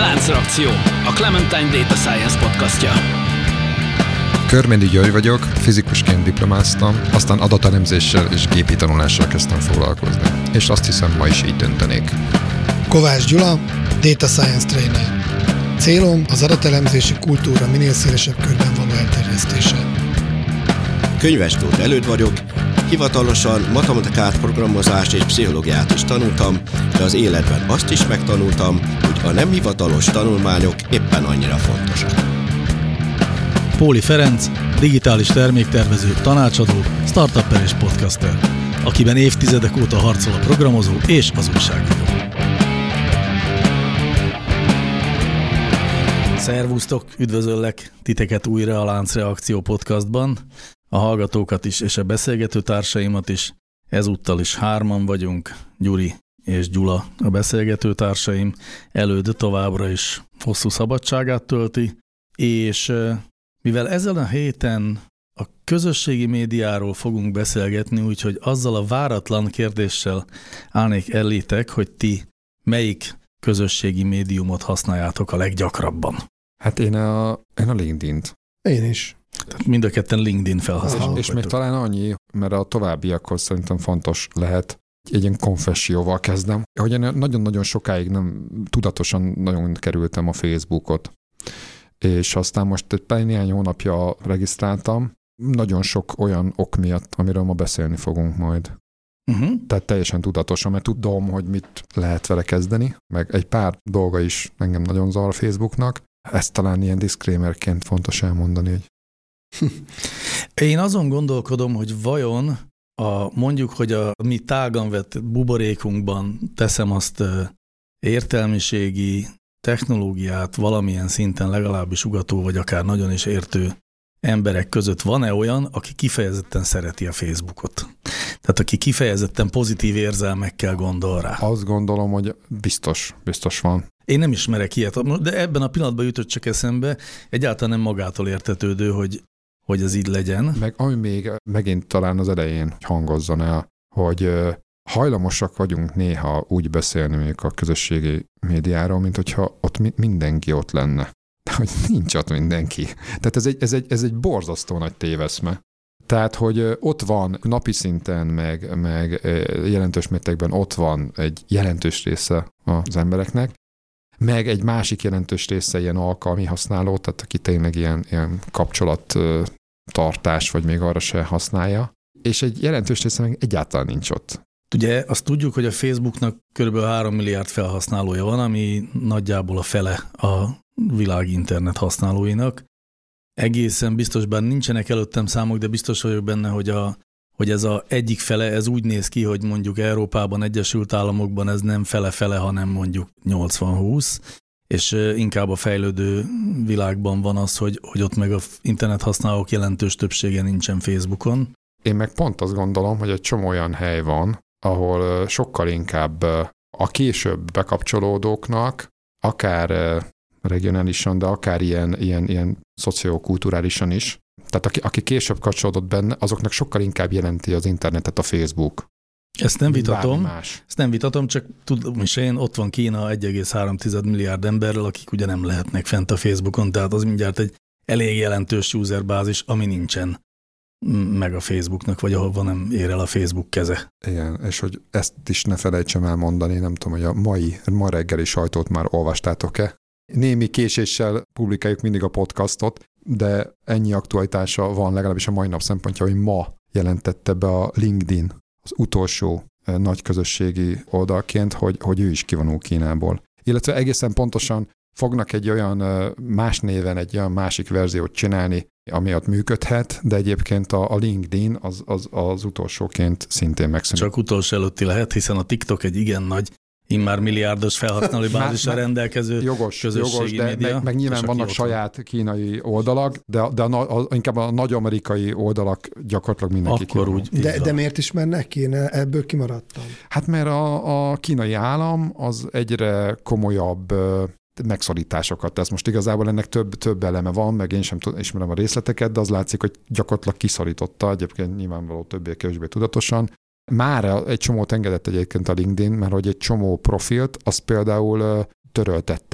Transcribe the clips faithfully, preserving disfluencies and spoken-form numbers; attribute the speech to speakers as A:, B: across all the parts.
A: Láncreakció, a Clementine Data Science podcastja.
B: Körméndi György vagyok, fizikusként diplomáztam, aztán adatelemzéssel és gépi tanulással kezdtem foglalkozni. És azt hiszem, ma is így döntenék.
C: Kovács Gyula, Data Science Trainer. Célom az adatelemzési kultúra minél szélesebb körben való elterjesztése.
D: Könyves Tóth Előd vagyok, hivatalosan matematikát, programozást és pszichológiát is tanultam, de az életben azt is megtanultam, hogy a nem hivatalos tanulmányok éppen annyira fontosak.
E: Póli Ferenc, digitális terméktervező, tanácsadó, startupper és podcaster, akiben évtizedek óta harcol a programozó és az újságíró. Szervusztok, üdvözöllek titeket újra a Láncreakció podcastban, a hallgatókat is és a beszélgető társaimat is. Ezúttal is hárman vagyunk, Gyuri és Gyula a beszélgető társaim. Előd továbbra is hosszú szabadságát tölti, és mivel ezen a héten a közösségi médiáról fogunk beszélgetni, úgyhogy azzal a váratlan kérdéssel állnék elétek, hogy ti melyik közösségi médiumot használjátok a leggyakrabban?
B: Hát én a, én a LinkedIn-t.
C: Én is.
E: Tehát mind a ketten LinkedIn felhasználók.
B: És, és még talán annyi, mert a továbbiakhoz szerintem fontos lehet, egy ilyen konfesszióval kezdem, hogy én nagyon-nagyon sokáig nem tudatosan nagyon kerültem a Facebookot. És aztán most egy néhány hónapja regisztráltam, nagyon sok olyan ok miatt, amiről ma beszélni fogunk majd. Uh-huh. Tehát teljesen tudatosan, mert tudom, hogy mit lehet vele kezdeni, meg egy pár dolga is engem nagyon zavar a Facebooknak. Ezt talán ilyen disclaimerként fontos elmondani, hogy
E: én azon gondolkodom, hogy vajon a, mondjuk, hogy a mi tágan vett buborékunkban teszem azt értelmiségi technológiát valamilyen szinten legalábbis ugató, vagy akár nagyon is értő emberek között van-e olyan, aki kifejezetten szereti a Facebookot? Tehát aki kifejezetten pozitív érzelmekkel gondol rá.
B: Azt gondolom, hogy biztos, biztos van.
E: Én nem ismerek ilyet, de ebben a pillanatban jutott csak eszembe, egyáltalán nem magától értetődő, hogy, hogy ez így legyen.
B: Meg ami még megint talán az elején hangozzon el, hogy hajlamosak vagyunk néha úgy beszélni még a közösségi médiáról, mint hogyha ott mindenki ott lenne. De hogy nincs ott mindenki. Tehát ez egy, ez egy, ez egy borzasztó nagy téveszme. Tehát, hogy ott van napi szinten, meg, meg jelentős mértékben ott van egy jelentős része az embereknek, meg egy másik jelentős része ilyen alkalmi használó, tehát aki tényleg ilyen, ilyen kapcsolattartás, vagy még arra se használja, és egy jelentős része meg egyáltalán nincs ott.
E: Ugye azt tudjuk, hogy a Facebooknak kb. három milliárd felhasználója van, ami nagyjából a fele a világ internet használóinak. Egészen biztos, bár nincsenek előttem számok, de biztos vagyok benne, hogy, a, hogy ez az egyik fele, ez úgy néz ki, hogy mondjuk Európában, Egyesült Államokban ez nem fele-fele, hanem mondjuk nyolcvan-húsz, és inkább a fejlődő világban van az, hogy, hogy ott meg a internet használók jelentős többsége nincsen Facebookon.
B: Én meg pont azt gondolom, hogy egy csomó olyan hely van, ahol sokkal inkább a később bekapcsolódóknak, akár regionálisan, de akár ilyen, ilyen, ilyen szociokulturálisan is. Tehát aki, aki később kapcsolódott benne, azoknak sokkal inkább jelenti az internetet a Facebook.
E: Ezt nem vitatom, ezt nem vitatom, csak tudom is én, ott van Kína egy egész három milliárd emberrel, akik ugye nem lehetnek fent a Facebookon, tehát az mindjárt egy elég jelentős userbázis, ami nincsen meg a Facebooknak, vagy ahova nem ér el a Facebook keze.
B: Igen, és hogy ezt is ne felejtsem elmondani, nem tudom, hogy a mai, ma reggeli sajtót már olvastátok-e. Némi késéssel publikáljuk mindig a podcastot, de ennyi aktualitása van legalábbis a mai nap szempontja, hogy ma jelentette be a LinkedIn az utolsó nagy közösségi oldalként, hogy, hogy ő is kivonul Kínából. Illetve egészen pontosan fognak egy olyan más néven egy olyan másik verziót csinálni, ami ott működhet, de egyébként a, a LinkedIn az, az, az utolsóként szintén megszűnik.
E: Csak utolsó előtti lehet, hiszen a TikTok egy igen nagy, immár milliárdos felhasználói bázissal rendelkező
B: jogos,
E: közösségi
B: jogos,
E: média.
B: Meg, meg nyilván vannak saját kínai oldalak, de, de a, a, inkább a nagy amerikai oldalak gyakorlatilag mindenki
E: Akkor úgy.
C: De, de miért is mennek ki? Ebből kimaradtam.
B: Hát mert a, a kínai állam az egyre komolyabb megszorításokat tesz. Most igazából ennek több, több eleme van, meg én sem ismerem a részleteket, de az látszik, hogy gyakorlatilag kiszorította, egyébként nyilvánvaló többé-kevésbé tudatosan. Már egy csomót engedett egyébként a LinkedIn, mert hogy egy csomó profilt, azt például töröltettek.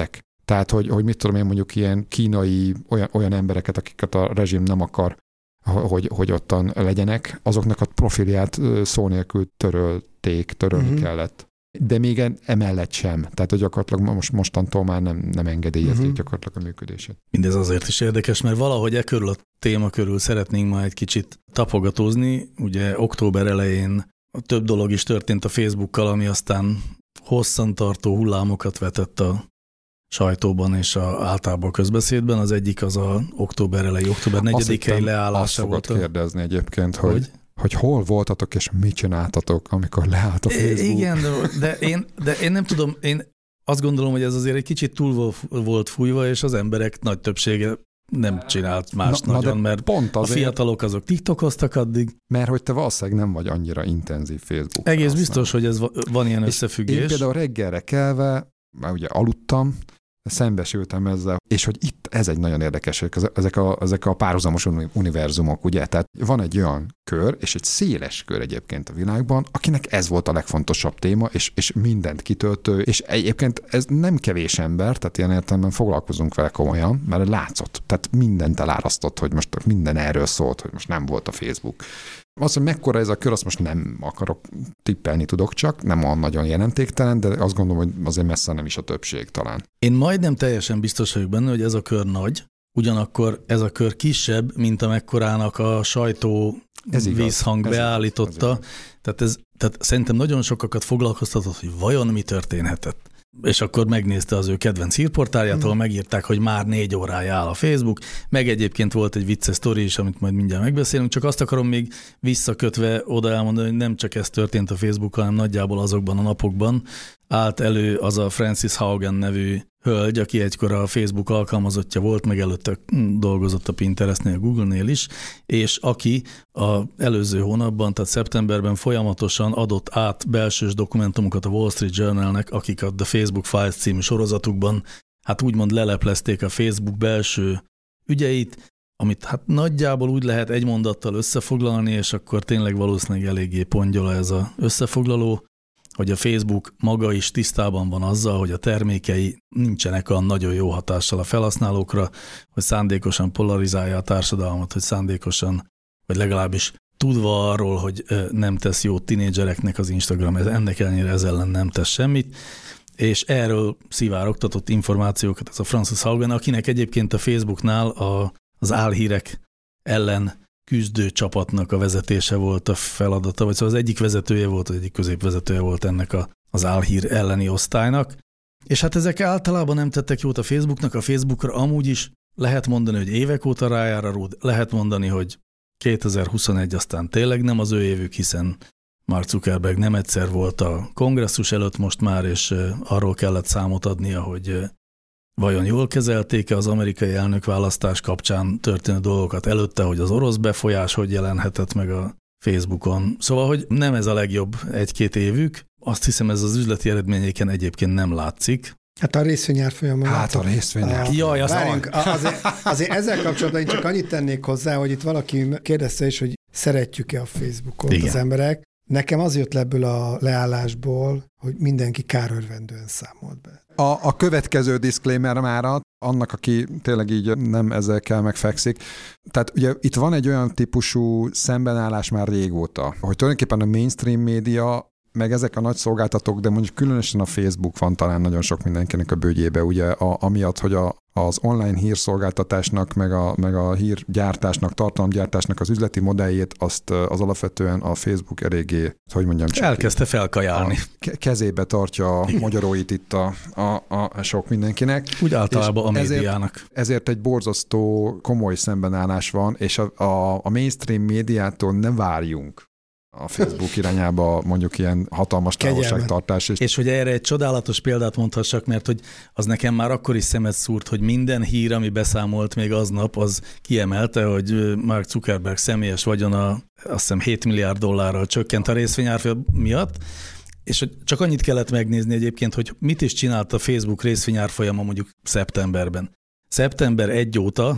B: Tehát, hogy, hogy mit tudom én mondjuk ilyen kínai olyan, olyan embereket, akiket a rezsim nem akar, hogy, hogy ottan legyenek, azoknak a profilját szó nélkül törölték, törölni uh-huh. kellett. De még emellett sem. Tehát, hogy gyakorlatilag most, mostantól már nem, nem engedélyezik uh-huh. gyakorlatilag a működését.
E: Mindez azért is érdekes, mert valahogy e körül a téma körül szeretnénk majd egy kicsit tapogatózni. Ugye október elején több dolog is történt a Facebookkal, ami aztán hosszantartó hullámokat vetett a sajtóban és a, általában a közbeszédben. Az egyik az a október elejé, október negyedikei leállása volt.
B: Azt fogod kérdezni egyébként, hogy, hogy? hogy hol voltatok és mit csináltatok, amikor leállt a Facebook.
E: Igen, de, de, én, de én nem tudom, én azt gondolom, hogy ez azért egy kicsit túl volt fújva, és az emberek nagy többsége nem csinált más na, nagyon, na mert pont azért, a fiatalok azok tiktokoztak addig.
B: Mert hogy te valószínűleg nem vagy annyira intenzív Facebook.
E: Egész használ. Biztos, hogy ez van ilyen összefüggés.
B: Én például reggelre kelve, már ugye aludtam, szembesültem ezzel, és hogy itt ez egy nagyon érdekes, ezek a, ezek a párhuzamos univerzumok, ugye? Tehát van egy olyan kör, és egy széles kör egyébként a világban, akinek ez volt a legfontosabb téma, és, és mindent kitöltő, és egyébként ez nem kevés ember, tehát ilyen értelemben foglalkozunk vele komolyan, mert látszott, tehát mindent elárasztott, hogy most minden erről szólt, hogy most nem volt a Facebook. Az, hogy mekkora ez a kör, azt most nem akarok tippelni tudok csak, nem olyan nagyon jelentéktelen, de azt gondolom, hogy azért messze nem is a többség talán.
E: Én majdnem teljesen biztos vagyok benne, hogy ez a kör nagy, ugyanakkor ez a kör kisebb, mint amekkorának a sajtó ez vízhang igaz, beállította. Ez tehát, ez, tehát szerintem nagyon sokakat foglalkoztatott, hogy vajon mi történhetett. És akkor megnézte az ő kedvenc hírportálját, ahol megírták, hogy már négy órája áll a Facebook, meg egyébként volt egy vicces sztori is, amit majd mindjárt megbeszélünk, csak azt akarom még visszakötve oda elmondani, hogy nem csak ez történt a Facebookon, hanem nagyjából azokban a napokban állt elő az a Frances Haugen nevű hölgy, aki egykor a Facebook alkalmazottja volt, meg előtte dolgozott a Pinterestnél, a Google-nél is, és aki az előző hónapban, tehát szeptemberben folyamatosan adott át belsős dokumentumokat a Wall Street Journalnek, akik a The Facebook Files című sorozatukban hát úgymond leleplezték a Facebook belső ügyeit, amit hát nagyjából úgy lehet egy mondattal összefoglalni, és akkor tényleg valószínűleg eléggé pongyola ez az összefoglaló, hogy a Facebook maga is tisztában van azzal, hogy a termékei nincsenek olyan nagyon jó hatással a felhasználókra, hogy szándékosan polarizálja a társadalmat, hogy szándékosan, vagy legalábbis tudva arról, hogy nem tesz jót tinédzsereknek az Instagram, ez ennek ellenére ez ellen nem tesz semmit, és erről szivárogtatott információkat ez a Frances Haugen, akinek egyébként a Facebooknál a, az álhírek ellen küzdő csapatnak a vezetése volt a feladata, vagy szóval az egyik vezetője volt, az egyik középvezetője volt ennek a, az álhír elleni osztálynak. És hát ezek általában nem tettek jót a Facebooknak, a Facebookra amúgy is lehet mondani, hogy évek óta rájár a rúd, lehet mondani, hogy kétezer-huszonegy aztán tényleg nem az ő évük, hiszen Mark Zuckerberg nem egyszer volt a kongresszus előtt most már, és arról kellett számot adnia, hogy vajon jól kezelték-e az amerikai elnökválasztás kapcsán történő dolgokat előtte, hogy az orosz befolyás hogy jelenhetett meg a Facebookon. Szóval, hogy nem ez a legjobb egy-két évük, azt hiszem ez az üzleti eredményeken egyébként nem látszik.
C: Hát a részvényárfolyamon.
B: Hát a részvényárfolyamon.
E: Jaj, azt
C: Várjunk, azért, azért ezzel kapcsolatban én csak annyit tennék hozzá, hogy itt valaki kérdezte is, hogy szeretjük-e a Facebookot igen. az emberek. Nekem az jött le ebből a leállásból, hogy mindenki kárörvendően számolt be.
B: A, a következő disclaimer már annak, aki tényleg így nem ezzel kell megfekszik. Tehát ugye itt van egy olyan típusú szembenállás már régóta, hogy tulajdonképpen a mainstream média, meg ezek a nagy szolgáltatók, de mondjuk különösen a Facebook van talán nagyon sok mindenkinek a bőgyébe, ugye a, amiatt, hogy a, az online hírszolgáltatásnak, meg a, meg a hírgyártásnak, tartalomgyártásnak az üzleti modelljét, azt az alapvetően a Facebook eléggé, hogy mondjam csak.
E: Elkezdte felkajálni.
B: Kezébe tartja a magyaróit itt a, a, a sok mindenkinek.
E: Úgy általában a médiának.
B: Ezért, ezért egy borzasztó komoly szembenállás van, és a, a, a mainstream médiától ne várjunk a Facebook irányába mondjuk ilyen hatalmas távolságtartás.
E: És... és hogy erre egy csodálatos példát mondhassak, mert hogy az nekem már akkor is szemet szúrt, hogy minden hír, ami beszámolt még aznap, az kiemelte, hogy Mark Zuckerberg személyes vagyona azt hiszem hét milliárd dollárral csökkent a részvényárfolyam miatt, és hogy csak annyit kellett megnézni egyébként, hogy mit is csinált a Facebook részvényárfolyama mondjuk szeptemberben. Szeptember elseje óta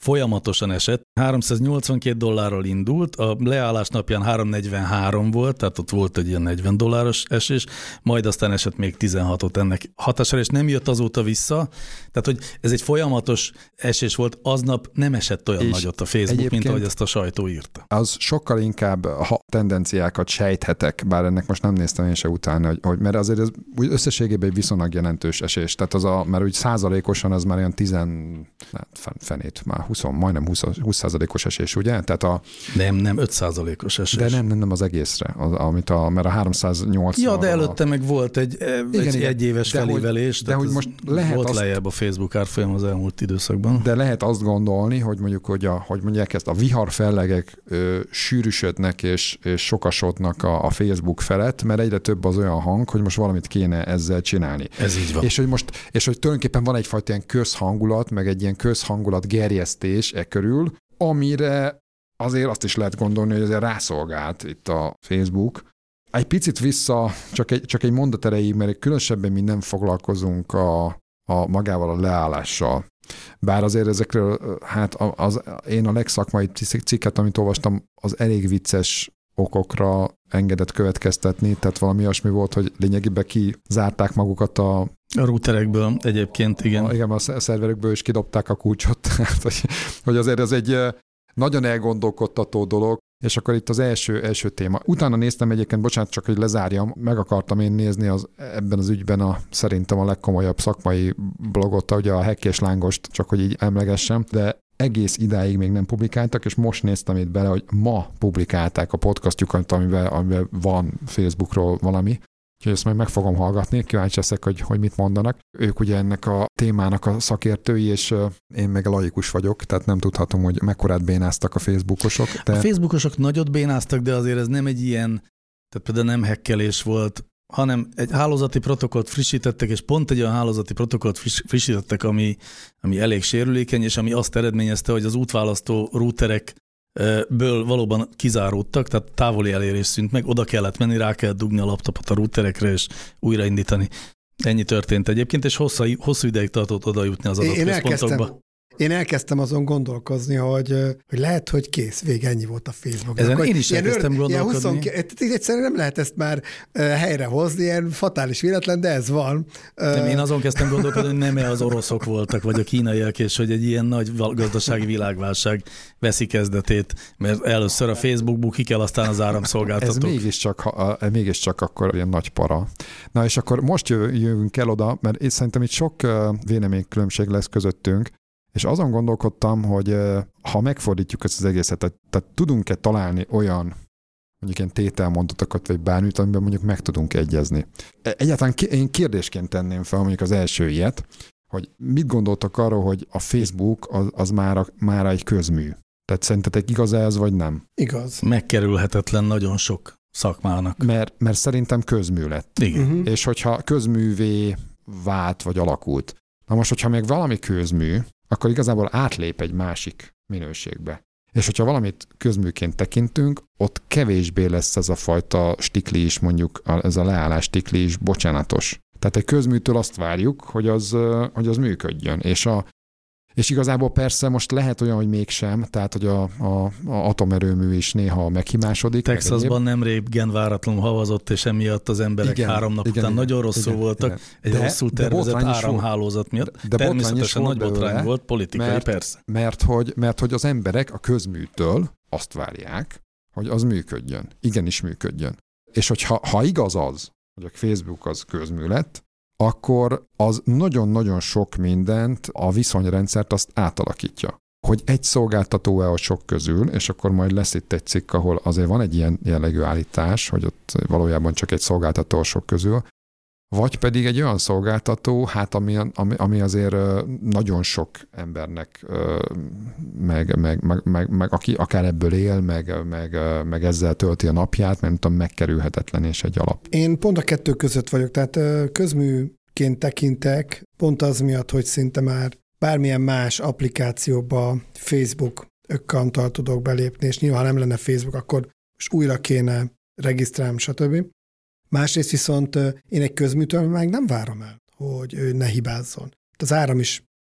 E: folyamatosan esett. háromszáznyolcvankét dollárral indult, a leállás napján háromszáznegyvenhárom volt, tehát ott volt egy ilyen negyven dolláros esés, majd aztán esett még tizenhatot ennek hatására, és nem jött azóta vissza. Tehát, hogy ez egy folyamatos esés volt, aznap nem esett olyan nagyot a Facebook, mint ahogy ezt a sajtó írta.
B: Az sokkal inkább, ha tendenciákat sejthetek, bár ennek most nem néztem én se utána, hogy, hogy mert azért ez úgy összességében egy viszonylag jelentős esés. Tehát az a, mert úgy százalékosan az már olyan tizen, fenét, már húsz, majdnem húsz, húsz százalékos esés, ugye? Tehát a,
E: nem, nem, öt százalékos esés.
B: De nem, nem, nem az egészre, az, amit a, mert a háromszáznyolcvan...
E: Ja, de előtte a, meg volt egy, igen, egy, egy éves felévelés,
B: de hogy most lehet
E: volt
B: azt,
E: lejjebb a Facebook árfolyam az elmúlt időszakban.
B: De lehet azt gondolni, hogy mondjuk, hogy, a, hogy mondják ezt, a viharfellegek ö, sűrűsödnek és, és sokasodnak a, a Facebook felett, mert egyre több az olyan hang, hogy most valamit kéne ezzel csinálni.
E: Ez így van.
B: És hogy most, és hogy tulajdonképpen van egyfajta ilyen közhangulat, meg egy ilyen közhangulat gerjesztés e körül, amire azért azt is lehet gondolni, hogy azért rászolgált itt a Facebook. Egy picit vissza, csak egy, csak egy mondat erejéig, mert különösebben mi nem foglalkozunk a, a magával a leállással. Bár azért ezekről, hát az, én a legszakmai cikket, amit olvastam, az elég vicces okokra engedett következtetni, tehát valami olyasmi volt, hogy lényegében kizárták magukat a...
E: A routerekből egyébként, igen.
B: A, igen, a szerverekből is kidobták a kulcsot, tehát, hogy, hogy azért ez egy nagyon elgondolkodtató dolog, és akkor itt az első, első téma. Utána néztem egyébként, bocsánat, csak hogy lezárjam, meg akartam én nézni az, ebben az ügyben a, szerintem a legkomolyabb szakmai blogot, ugye a Hack és Lángost, csak hogy így emlegessem, de egész idáig még nem publikáltak, és most néztem itt bele, hogy ma publikálták a podcastjukat, amiben, amiben van Facebookról valami. Úgyhogy ezt majd meg fogom hallgatni, kíváncsi leszek, hogy, hogy mit mondanak. Ők ugye ennek a témának a szakértői, és én meg laikus vagyok, tehát nem tudhatom, hogy mekkorát bénáztak a Facebookosok. De...
E: A Facebookosok nagyot bénáztak, de azért ez nem egy ilyen, tehát például nem hackelés volt, hanem egy hálózati protokollt frissítettek, és pont egy olyan hálózati protokollt frissítettek, ami, ami elég sérülékeny, és ami azt eredményezte, hogy az útválasztó routerekből valóban kizáródtak, tehát távoli elérés szűnt meg, oda kellett menni, rá kellett dugni a laptopot a routerekre, és újraindítani. Ennyi történt egyébként, és hosszú, hosszú ideig tartott oda jutni az adatközpontokba.
C: Én elkezdtem azon gondolkozni, hogy, hogy lehet, hogy kész, vége, ennyi volt a Facebook.
E: Ezen hogy én is elkezdtem gondolkodni.
C: huszonkettő, egyszerűen nem lehet ezt már helyrehozni, ilyen fatális véletlen, de ez van.
E: Nem, én azon kezdtem gondolkodni, hogy nem-e az oroszok voltak, vagy a kínaiak, és hogy egy ilyen nagy gazdasági világválság veszi kezdetét, mert először a Facebook bukik el, aztán az áramszolgáltatók.
B: Ez mégiscsak, mégiscsak akkor ilyen nagy para. Na és akkor most jövünk el oda, mert én szerintem itt sok véleménykülönbség lesz közöttünk, és azon gondolkodtam, hogy ha megfordítjuk ezt az egészet, tehát, tehát tudunk-e találni olyan mondjuk ilyen tételmondatokat, vagy bármit, amiben mondjuk meg tudunk egyezni. Egyáltalán én kérdésként tenném fel mondjuk az első ilyet, hogy mit gondoltak arról, hogy a Facebook az, az már, már egy közmű. Tehát szerintetek igaz ez, vagy nem?
C: Igaz.
E: Megkerülhetetlen nagyon sok szakmának.
B: Mert, mert szerintem közmű lett.
E: Igen.
C: Uh-huh.
B: És hogyha közművé vált, vagy alakult. Na most, hogyha még valami közmű, akkor igazából átlép egy másik minőségbe. És hogyha valamit közműként tekintünk, ott kevésbé lesz ez a fajta stikli is, mondjuk ez a leállás stikli is bocsánatos. Tehát egy közműtől azt várjuk, hogy az, hogy az működjön. És, a, és igazából persze most lehet olyan, hogy mégsem, tehát hogy a, a, a atomerőmű is néha meghimásodik.
E: Texasban nem régen váratlanul havazott, és emiatt az emberek igen, három nap igen, után igen, nagyon rosszul igen, voltak. Igen. Egy de, rosszul tervezett áramhálózat miatt.
B: De, de
E: természetesen nagy botrány belőle, volt, politikai
B: mert,
E: persze.
B: Mert hogy, mert hogy az emberek a közműtől azt várják, hogy az működjön. Igenis működjön. És hogyha ha igaz az, hogy a Facebook az közmű lett, akkor az nagyon-nagyon sok mindent, a viszonyrendszert azt átalakítja. Hogy egy szolgáltató-e a sok közül, és akkor majd lesz itt egy cikk, ahol azért van egy ilyen jellegű állítás, hogy ott valójában csak egy szolgáltató a sok közül, vagy pedig egy olyan szolgáltató, hát ami, ami, ami azért nagyon sok embernek, meg, meg, meg, meg, meg aki akár ebből él, meg, meg, meg ezzel tölti a napját, mert nem tudom, megkerülhetetlen és egy alap.
C: Én pont a kettő között vagyok, tehát közműként tekintek, pont az miatt, hogy szinte már bármilyen más applikációba Facebook accounttal tudok belépni, és nyilván nem lenne Facebook, akkor most újra kéne regisztrálnom, stb. Másrészt viszont én egy közműtől meg nem várom el, hogy ő ne hibázzon. Az áram is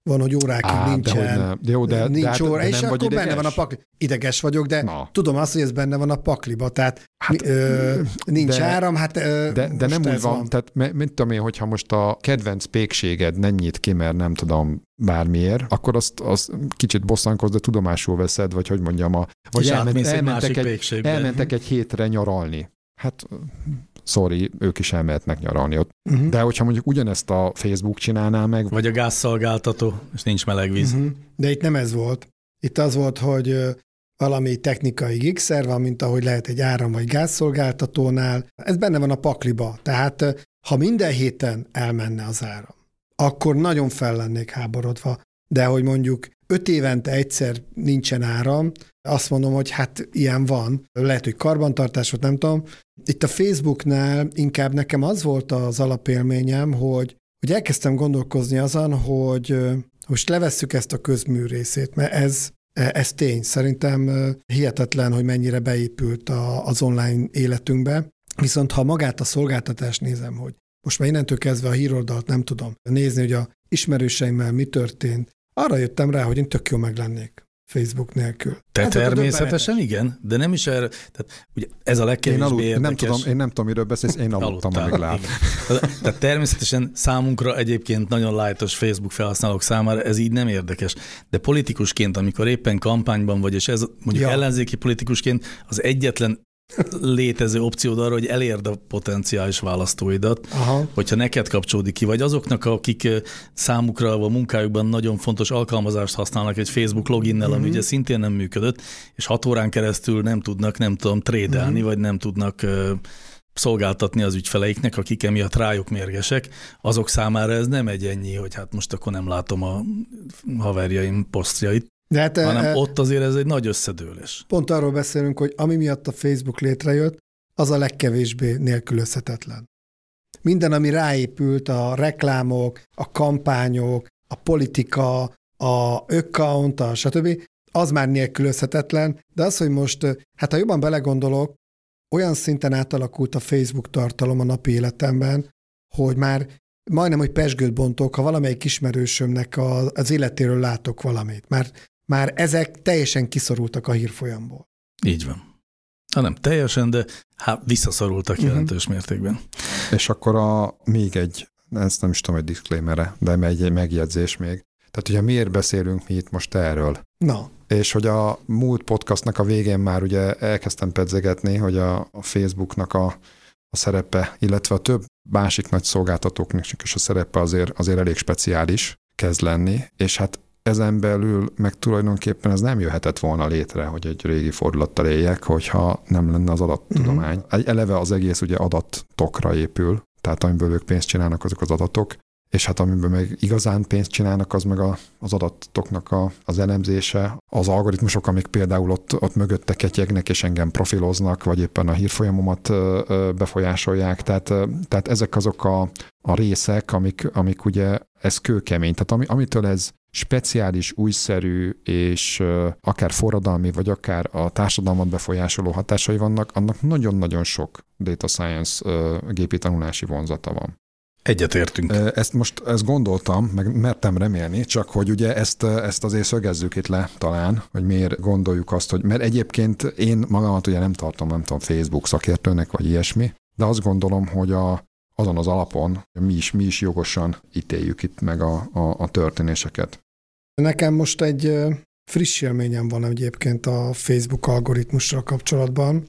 C: van, hogy órákig
B: Á,
C: nincsen,
B: de de jó, de,
C: nincs
B: de,
C: óra,
B: de
C: és
B: nem
C: akkor
B: vagy
C: benne van a pakli. Ideges vagyok, de
B: Na.
C: tudom azt, hogy ez benne van a pakliba, tehát
B: Hát,
C: ö, nincs
B: de,
C: áram, hát ö,
B: De, de nem úgy van,
C: van.
B: tehát mint tudom én, hogyha most a kedvenc pékséged nem nyit ki, mert nem tudom bármiért, akkor azt, azt kicsit bosszankozz, de tudomásul veszed, vagy hogy mondjam, a, vagy
E: És
B: elment,
E: átmész egy
B: elmentek,
E: másik
B: egy,
E: pékségbe.
B: elmentek egy hétre nyaralni. Hát, sorry, ők is elmehetnek nyaralni ott.
C: Uh-huh.
B: De hogyha mondjuk ugyanezt a Facebook csinálná meg,
E: Vagy a gázszolgáltató, és nincs meleg víz.
C: Uh-huh. De itt nem ez volt. Itt az volt, hogy ö, valami technikai gigszer van, mint ahogy lehet egy áram- vagy gázszolgáltatónál. Ez benne van a pakliba. Tehát ö, ha minden héten elmenne az áram, akkor nagyon fel lennék háborodva. De hogy mondjuk öt évente egyszer nincsen áram, azt mondom, hogy hát ilyen van. Lehet, hogy karbantartás volt, nem tudom. Itt a Facebooknál inkább nekem az volt az alapélményem, hogy, hogy elkezdtem gondolkozni azon, hogy most levesszük ezt a közmű részét, mert ez, ez tény. Szerintem hihetetlen, hogy mennyire beépült a, az online életünkbe. Viszont ha magát a szolgáltatást nézem, hogy most már innentől kezdve a híroldalt nem tudom nézni, hogy a ismerőseimmel mi történt, arra jöttem rá, hogy én tök jó meg lennék Facebook nélkül.
E: Te
C: Hát,
E: természetesen igen, de nem is erre, tehát ugye ez a
B: én,
E: legkevésbé
B: alud,
E: érdekes.
B: nem tudom, én nem tudom, miről beszélsz, én aludtam, amíg lát.
E: Tehát természetesen számunkra egyébként nagyon lájtos Facebook felhasználók számára ez így nem érdekes, de politikusként, amikor éppen kampányban vagy, és ez mondjuk
C: Ja.
E: ellenzéki politikusként az egyetlen létező opciód arra, hogy elérd a potenciális választóidat,
C: Aha.
E: hogyha neked kapcsolódik ki, vagy azoknak, akik számukra a munkájukban nagyon fontos alkalmazást használnak egy Facebook loginnel,
C: Mhm.
E: ami ugye szintén nem működött, és hat órán keresztül nem tudnak, nem tudom, trédelni,
C: Mhm.
E: vagy nem tudnak ö, szolgáltatni az ügyfeleiknek, akik emiatt rájuk mérgesek, azok számára ez nem egy ennyi, hogy hát most akkor nem látom a haverjaim posztjait,
C: De hát,
E: hanem
C: e,
E: ott azért ez egy nagy összedőlés.
C: pont arról beszélünk, hogy ami miatt a Facebook létrejött, az a legkevésbé nélkülözhetetlen. Minden, ami ráépült, a reklámok, a kampányok, a politika, a account, a stb., az már nélkülözhetetlen, de az, hogy most, hát ha jobban belegondolok, olyan szinten átalakult a Facebook tartalom a napi életemben, hogy már majdnem, hogy pezsgőt bontok, ha valamelyik ismerősömnek a, az életéről látok valamit. Már, már ezek teljesen kiszorultak a hírfolyamból.
E: Így van. Ha nem teljesen, de hát visszaszorultak
C: Mhm.
E: jelentős mértékben.
B: És akkor a, még egy, ezt nem is tudom, hogy disclaimer-e, de egy megjegyzés még. Tehát ugye miért beszélünk mi itt most erről?
C: Na,
B: És hogy a múlt podcastnak a végén már ugye elkezdtem pedzegetni, hogy a, a Facebooknak a, a szerepe, illetve a több másik nagy szolgáltatóknak is a szerepe azért, azért elég speciális kezd lenni, és hát ezen belül meg tulajdonképpen ez nem jöhetett volna létre, hogy egy régi fordulattal éljek, hogyha nem lenne az adattudomány. Uh-huh. Eleve az egész ugye adatokra épül, tehát amiből ők pénzt csinálnak, azok az adatok, és hát amiből meg igazán pénzt csinálnak, az meg a, az adatoknak a, az elemzése, az algoritmusok, amik például ott, ott mögötte ketyegnek, és engem profiloznak, vagy éppen a hírfolyamomat ö, ö, befolyásolják. Tehát, ö, tehát ezek azok a, a részek, amik, amik ugye, ez kőkemény. Tehát ami, amitől ez speciális, újszerű, és ö, akár forradalmi, vagy akár a társadalmat befolyásoló hatásai vannak, annak nagyon-nagyon sok data science ö, gépi tanulási vonzata van.
E: Egyetértünk.
B: Ezt most ezt gondoltam, meg mertem remélni, csak hogy ugye ezt, ezt azért szögezzük itt le talán, hogy miért gondoljuk azt, hogy mert egyébként én magamat ugye nem tartom, nem tudom, Facebook szakértőnek, vagy ilyesmi, de azt gondolom, hogy a, azon az alapon mi is, mi is jogosan ítéljük itt meg a, a, a történéseket.
C: nekem most egy friss élményem van egyébként a Facebook algoritmussal kapcsolatban,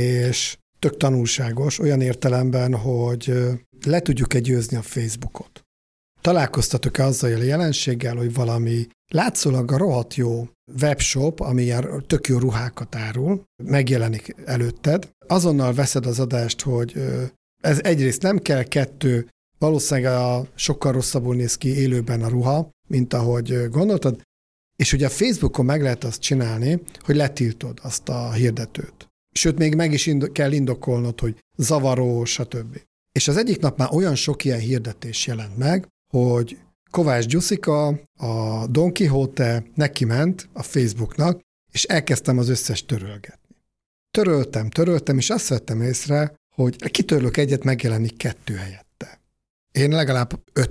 C: és tök tanulságos, olyan értelemben, hogy le tudjuk-e győzni a Facebookot. Találkoztatok-e azzal a jelenséggel, hogy valami látszólag a rohadt jó webshop, ami ilyen tök jó ruhákat árul, megjelenik előtted, azonnal veszed az adást, hogy ez egyrészt nem kell, kettő, valószínűleg a sokkal rosszabbul néz ki élőben a ruha, mint ahogy gondoltad, és ugye a Facebookon meg lehet azt csinálni, hogy letiltod azt a hirdetőt. Sőt, még meg is indo- kell indokolnod, hogy zavaró, stb. És az egyik nap már olyan sok ilyen hirdetés jelent meg, hogy Kovács Gyuszika, a Don Quixote neki ment a Facebooknak, és elkezdtem az összes törölgetni. Töröltem, töröltem, és azt vettem észre, hogy kitörlök egyet, megjelenik kettő helyette. Én legalább ötven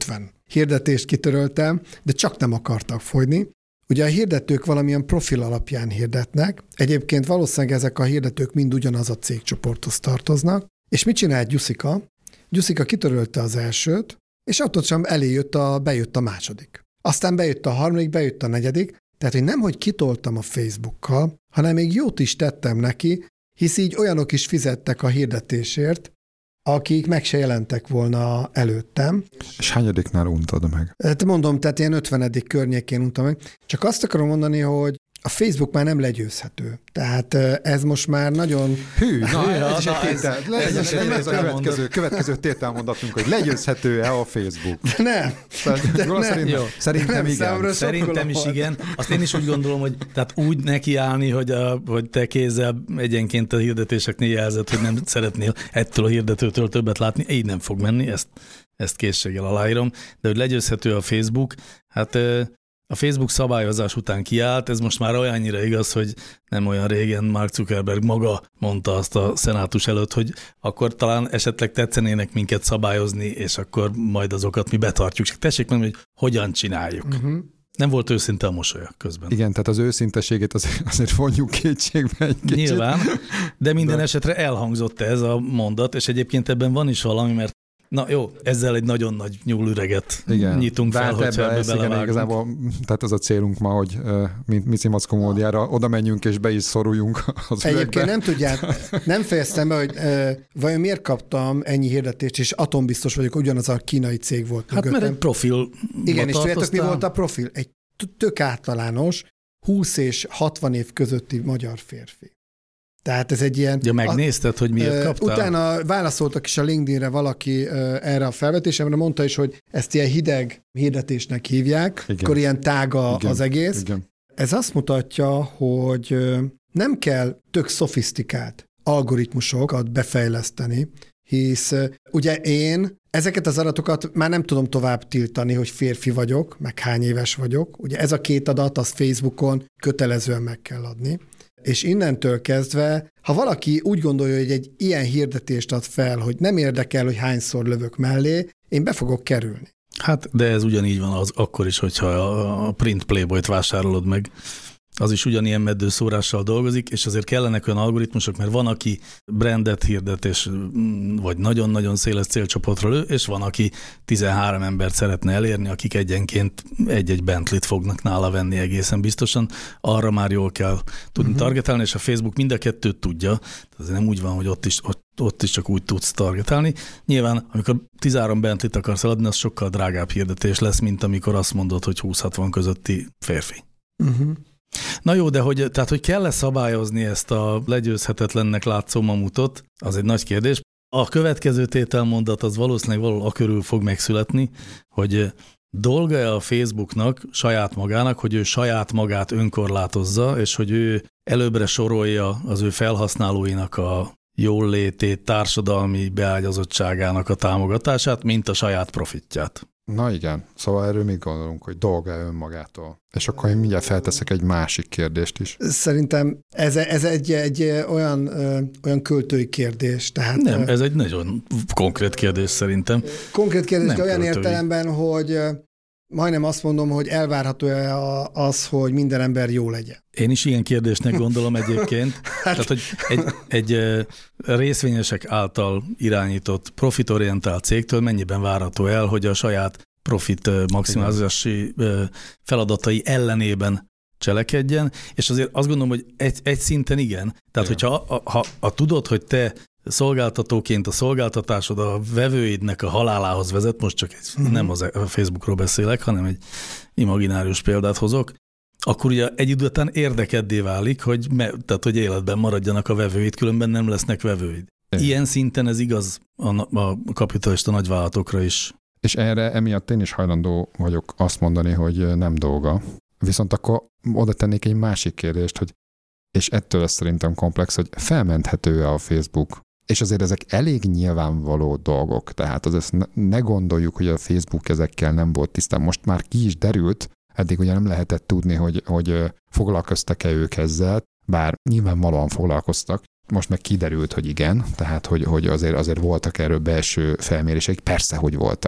C: hirdetést kitöröltem, de csak nem akartak fogyni. Ugye a hirdetők valamilyen profil alapján hirdetnek, egyébként valószínűleg ezek a hirdetők mind ugyanaz a cégcsoporthoz tartoznak, és mit csinált Gyuszika? Gyuszika kitörölte az elsőt, és attól sem elé jött a, bejött a második. Aztán bejött a harmadik, bejött a negyedik, tehát hogy nemhogy kitoltam a Facebookkal, hanem még jót is tettem neki, hisz így olyanok is fizettek a hirdetésért, akik meg se jelentek volna előttem.
B: És hányadiknál untad meg?
C: Hát mondom, tehát ilyen ötvenedik környékén untam meg. Csak azt akarom mondani, hogy a Facebook már nem legyőzhető. Tehát ez most már nagyon...
B: Hű, na,
E: Hű,
B: ez is egy
E: na,
B: tétel.
E: ez-
B: Ez,
E: ez
B: ez,
E: is egy
B: ez a
E: tételmondat.
B: következő, következő tételmondatunk, hogy legyőzhető-e a Facebook.
C: De nem.
B: Tehát, Gyula,
C: nem.
B: szerintem,
E: Jó.
B: szerintem
C: Nem,
B: igen.
C: számomra
E: Szerintem is
C: sokkoló
E: igen. Azt én is úgy gondolom, hogy tehát úgy nekiállni, hogy, a, hogy te kézzel egyenként a hirdetéseknél jelzed, hogy nem szeretnél ettől a hirdetőtől többet látni, így nem fog menni, ezt, ezt készséggel aláírom. De hogy legyőzhető a Facebook, hát a Facebook szabályozás után kiállt, ez most már olyannyira igaz, hogy nem olyan régen Mark Zuckerberg maga mondta azt a szenátus előtt, hogy akkor talán esetleg tetszenének minket szabályozni, és akkor majd azokat mi betartjuk. Csak tessék meg, hogy hogyan csináljuk.
C: Uh-huh.
E: Nem volt őszinte a mosolya közben.
B: Igen, tehát az őszinteségét azért, azért vonjuk kétségbe egy kicsit.
E: Nyilván, de minden
B: De-
E: esetre elhangzott ez a mondat, és egyébként ebben van is valami, mert na jó, ezzel egy nagyon nagy nyúlüreget
B: Igen.
E: nyitunk
B: De
E: fel,
B: hát
E: hogy
B: ebbe
E: ebbe
B: ez igen,
E: belevágunk.
B: igazából, tehát az a célunk ma, hogy uh, mint Mici Mackó módjára oda menjünk és be is szoruljunk az
C: Egyébként
B: üvegbe.
C: nem tudják, nem fejeztem be, hogy e, vajon miért kaptam ennyi hirdetést, és atombiztos vagyok, ugyanaz a kínai cég volt
E: Hát mert egy profil.
C: Igen, és tudjátok, mi volt a profil? Egy tök általános, húsz és hatvan év közötti magyar férfi. Tehát ez egy ilyen...
E: Ja, megnézted, hogy miért
C: Ö,
E: kaptál?
C: Utána válaszoltak is a LinkedInre valaki ö, erre a felvetésemre, mondta is, hogy ezt ilyen hideg hirdetésnek hívják,
B: Igen.
C: akkor ilyen tága
B: Igen.
C: az egész.
B: Igen.
C: Ez azt mutatja, hogy ö, nem kell tök szofisztikált algoritmusokat befejleszteni, hisz ö, ugye én ezeket az adatokat már nem tudom tovább tiltani, hogy férfi vagyok, meg hány éves vagyok. Ugye ez a két adat, az Facebookon kötelezően meg kell adni. És innentől kezdve, ha valaki úgy gondolja, hogy egy ilyen hirdetést ad fel, hogy nem érdekel, hogy hányszor lövök mellé, én be fogok kerülni.
E: Hát, de ez ugyanígy van az akkor is, hogyha a print Playboyt vásárolod meg. Az is ugyanilyen meddőszórással dolgozik, és azért kellenek olyan algoritmusok, mert van, aki brandet hirdet, és, vagy nagyon-nagyon széles célcsoportra lő, és van, aki tizenhárom embert szeretne elérni, akik egyenként egy-egy Bentley-t fognak nála venni egészen biztosan. Arra már jól kell tudni uh-huh. targetálni, és a Facebook mind a kettőt tudja. Tehát nem úgy van, hogy ott is, ott, ott is csak úgy tudsz targetálni. Nyilván, amikor tizenhárom Bentley-t akarsz eladni, az sokkal drágább hirdetés lesz, mint amikor azt mondod, hogy húsz-hatvan közötti férfi.
C: Uh-huh.
E: Na jó, de hogy, tehát, hogy kell-e szabályozni ezt a legyőzhetetlennek látszó mamutot, az egy nagy kérdés. A következő tételmondat az valószínűleg valahol akörül fog megszületni, hogy dolga-e a Facebooknak, saját magának, hogy ő saját magát önkorlátozza, és hogy ő előbbre sorolja az ő felhasználóinak a jóllétét, társadalmi beágyazottságának a támogatását, mint a saját profitját.
B: Na igen, szóval erről mit gondolunk, hogy dolga önmagától. És akkor én mindjárt felteszek egy másik kérdést is.
C: Szerintem ez, ez egy, egy olyan, ö, olyan költői kérdés. Tehát,
E: Nem,
C: ö,
E: ez egy nagyon konkrét kérdés szerintem.
C: konkrét kérdés,
E: nem
C: de olyan
E: költői.
C: értelemben, hogy ö, majdnem azt mondom, hogy elvárható-e az, hogy minden ember jó legyen.
E: Én is ilyen kérdésnek gondolom egyébként. Tehát, hogy egy, egy ö, részvényesek által irányított profitorientált cégtől mennyiben várható el, hogy a saját profit ö, maximalizási ö, feladatai ellenében cselekedjen, és azért azt gondolom, hogy egy, egy szinten igen. Tehát,
B: Igen.
E: hogyha ha, ha, ha tudod, hogy te szolgáltatóként a szolgáltatásod a vevőidnek a halálához vezet, most csak egy,
C: Mhm.
E: nem az a Facebookról beszélek, hanem egy imaginárius példát hozok, akkor ugye egy idő után érdekeddé válik, hogy, me, tehát, hogy életben maradjanak a vevőid, különben nem lesznek vevőid.
B: Igen.
E: Ilyen szinten ez igaz a, a kapitalista nagyvállalatokra is.
B: És erre emiatt én is hajlandó vagyok azt mondani, hogy nem dolga. Viszont akkor oda tennék egy másik kérdést, hogy és ettől lesz szerintem komplex, hogy felmenthető-e a Facebook. És azért ezek elég nyilvánvaló dolgok, tehát az ezt ne, ne gondoljuk, hogy a Facebook ezekkel nem volt tisztán. Most már ki is derült, eddig ugye nem lehetett tudni, hogy, hogy foglalkoztak-e ők ezzel, bár nyilvánvalóan foglalkoztak. Most meg kiderült, hogy igen, tehát hogy, hogy azért, azért voltak erről belső felmérések, persze, hogy voltak.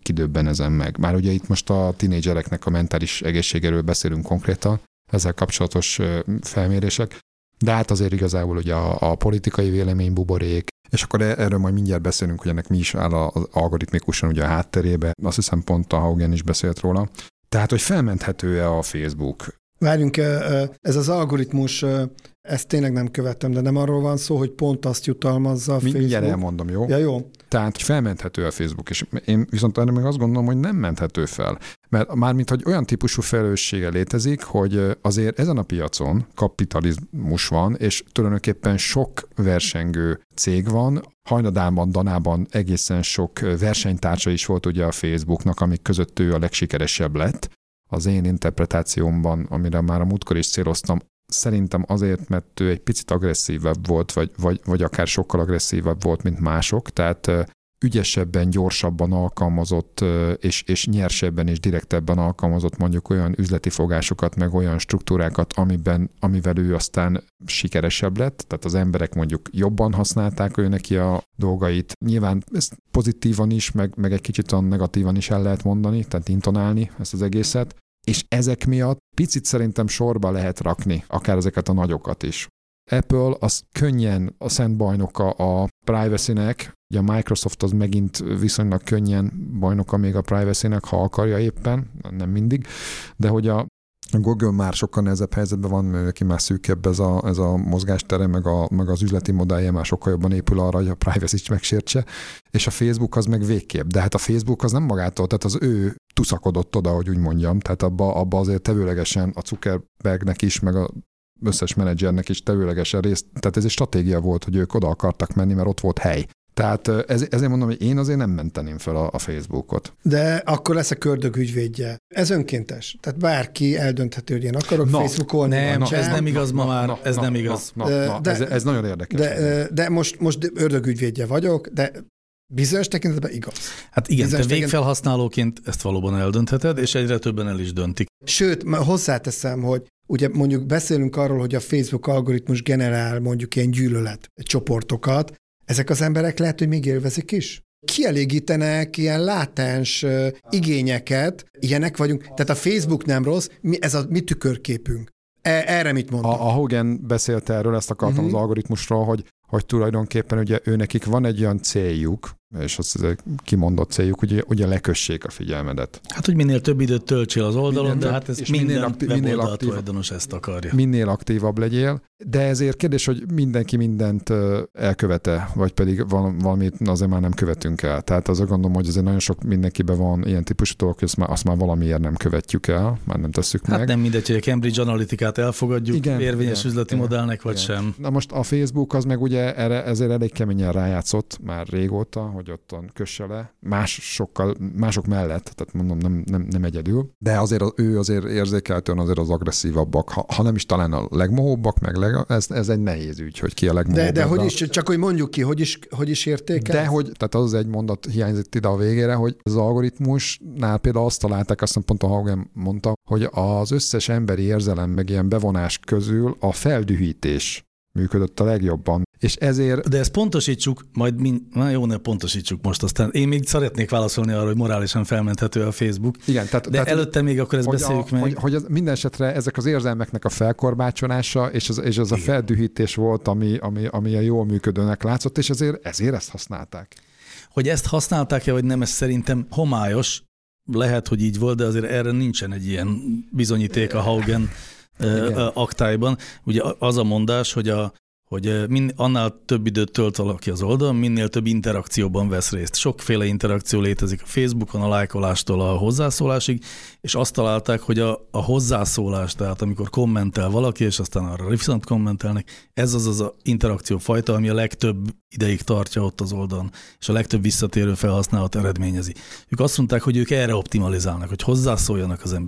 B: kidöbben meg. Már ugye itt most a tinédzsereknek a mentális egészségéről beszélünk konkrétan, ezzel kapcsolatos felmérések, de hát azért igazából ugye a, a politikai véleménybuborék, és akkor erről majd mindjárt beszélünk, hogy ennek mi is áll az algoritmikusan ugye a hátterébe, azt hiszem pont a Haugen is beszélt róla. Tehát, hogy felmenthető-e a Facebook?
C: Várjunk, ez az algoritmus, ezt tényleg nem követtem, de nem arról van szó, hogy pont azt jutalmazza a Facebook.
B: Mindjárt elmondom, jó?
C: Ja, jó.
B: Tehát, hogy felmenthető a Facebook, és én viszont erre meg azt gondolom, hogy nem menthető fel. Mert mármint, hogy olyan típusú felelőssége létezik, hogy azért ezen a piacon kapitalizmus van, és tulajdonképpen sok versengő cég van. Hajnadában, Danában egészen sok versenytársa is volt ugye a Facebooknak, amik között ő a legsikeresebb lett. Az én interpretációmban, amire már a múltkor is céloztam, szerintem azért, mert ő egy picit agresszívebb volt, vagy, vagy, vagy akár sokkal agresszívebb volt, mint mások, tehát ügyesebben, gyorsabban alkalmazott, és, és nyersebben és direktebben alkalmazott mondjuk olyan üzleti fogásokat, meg olyan struktúrákat, amiben, amivel ő aztán sikeresebb lett, tehát az emberek mondjuk jobban használták ő neki a dolgait. Nyilván ezt pozitívan is, meg, meg egy kicsit olyan negatívan is el lehet mondani, tehát intonálni ezt az egészet, és ezek miatt picit szerintem sorba lehet rakni, akár ezeket a nagyokat is. Apple az könnyen a szent bajnoka a privacy-nek, ugye a Microsoft az megint viszonylag könnyen bajnoka még a privacy-nek, ha akarja éppen, nem mindig, de hogy a A Google már sokkal nehezebb helyzetben van, mert neki már szűkebb ez a, ez a mozgástere, meg, a, meg az üzleti modellje már sokkal jobban épül arra, hogy a privacy-t megsértse, és a Facebook az meg végképp. De hát a Facebook az nem magától, tehát az ő tuszakodott oda, hogy úgy mondjam, tehát abba, abba azért tevőlegesen a Zuckerbergnek is, meg a összes menedzsernek is tevőlegesen részt, tehát ez egy stratégia volt, hogy ők oda akartak menni, mert ott volt hely. Tehát ez, ezért mondom, hogy én azért nem menteném fel a, a Facebookot.
C: De akkor lesz a kördög ügyvédje. Ez önkéntes. Tehát bárki eldöntheti, hogy én akarok
B: na,
C: Facebookolni.
E: Nem,
C: na,
E: ez nem igaz
B: na,
E: ma már,
B: na,
E: ez
B: na,
E: nem
B: na,
E: igaz.
B: Na, na, na,
C: de,
B: ez, ez nagyon érdekes.
C: De, de most, most ördögügyvédje vagyok, de bizonyos tekintetben igaz.
E: Hát igen,
C: bizonyos
E: te végfelhasználóként ezt valóban eldöntheted, és egyre többen el is döntik.
C: Sőt, hozzáteszem, hogy ugye mondjuk beszélünk arról, hogy a Facebook algoritmus generál mondjuk ilyen gyűlölet csoportokat, ezek az emberek lehet, hogy még élvezik is. Kielégítenek ilyen látens uh, igényeket, ilyenek vagyunk. Tehát a Facebook nem rossz, mi, ez a mi tükörképünk. E, erre mit mondtam?
B: A, a Hogan beszélt erről, ezt akartam uh-huh. az algoritmusról, hogy, hogy tulajdonképpen ugye ő nekik van egy olyan céljuk, és az egy kimondott céljuk, hogy ugye lekössék a figyelmedet.
E: Hát, hogy minél több időt töltsél az oldalon,
B: Minden,
E: de hát ez
B: minden
E: minden
B: aktív,
E: weboldal
B: aktív,
E: tulajdonos ezt akarja.
B: Minél aktívabb legyél, de ezért kérdés, hogy mindenki mindent elkövete, vagy pedig valamit azért már nem követünk el. Tehát azért gondolom, hogy azért nagyon sok mindenkiben van ilyen típusú dolog, hogy azt már, azt már valamiért nem követjük el, már nem tesszük
E: hát
B: meg.
E: Hát nem mindegy, hogy a Cambridge Analytica-t elfogadjuk igen, érvényes igen, üzleti igen, modellnek, vagy igen. sem.
B: Na most a Facebook az meg ugye erre, ezért elég keményen rájátszott már régóta, hogy ottan kösse le, más sokkal, mások mellett, tehát mondom, nem, nem, nem egyedül, de azért az, ő azért érzékeltően azért az agresszívabbak, ha, ha nem is talán a legmohóbbak, meg leg, ez, ez egy nehéz ügy, hogy ki a legmohóbb.
C: De, de hogy is, csak hogy mondjuk ki, hogy is, hogy is értékel?
B: De hogy, tehát az egy mondat hiányzott ide a végére, hogy az algoritmusnál például azt találták, azt pont a Haugen mondta, hogy az összes emberi érzelem, meg ilyen bevonás közül a feldühítés működött a legjobban. És ezért...
E: De ezt pontosítsuk, majd mind... Na jó, ne pontosítsuk most aztán. Én még szeretnék válaszolni arra, hogy morálisan felmenthető a Facebook.
B: Igen, tehát,
E: de
B: tehát,
E: előtte még akkor ezt beszéljük
B: a,
E: meg.
B: Hogy, hogy az, minden esetre ezek az érzelmeknek a felkorbácsolása, és az, és az a feldühítés volt, ami, ami, ami a jól működőnek látszott, és ezért, ezért ezt használták.
E: Hogy ezt használták-e, vagy nem, ez szerintem homályos. Lehet, hogy így volt, de azért erre nincsen egy ilyen bizonyíték a Haugen aktáiban. Ugye az a mondás, hogy a hogy min, annál több időt tölt valaki az oldalon, minél több interakcióban vesz részt. Sokféle interakció létezik a Facebookon, a lájkolástól a hozzászólásig, és azt találták, hogy a, a hozzászólás, tehát amikor kommentel valaki, és aztán arra viszont kommentelnek, ez az az a interakció fajta, ami a legtöbb ideig tartja ott az oldalon, és a legtöbb visszatérő felhasználat eredményezi. Ők azt mondták, hogy ők erre optimalizálnak, hogy hozzászóljanak az emberek.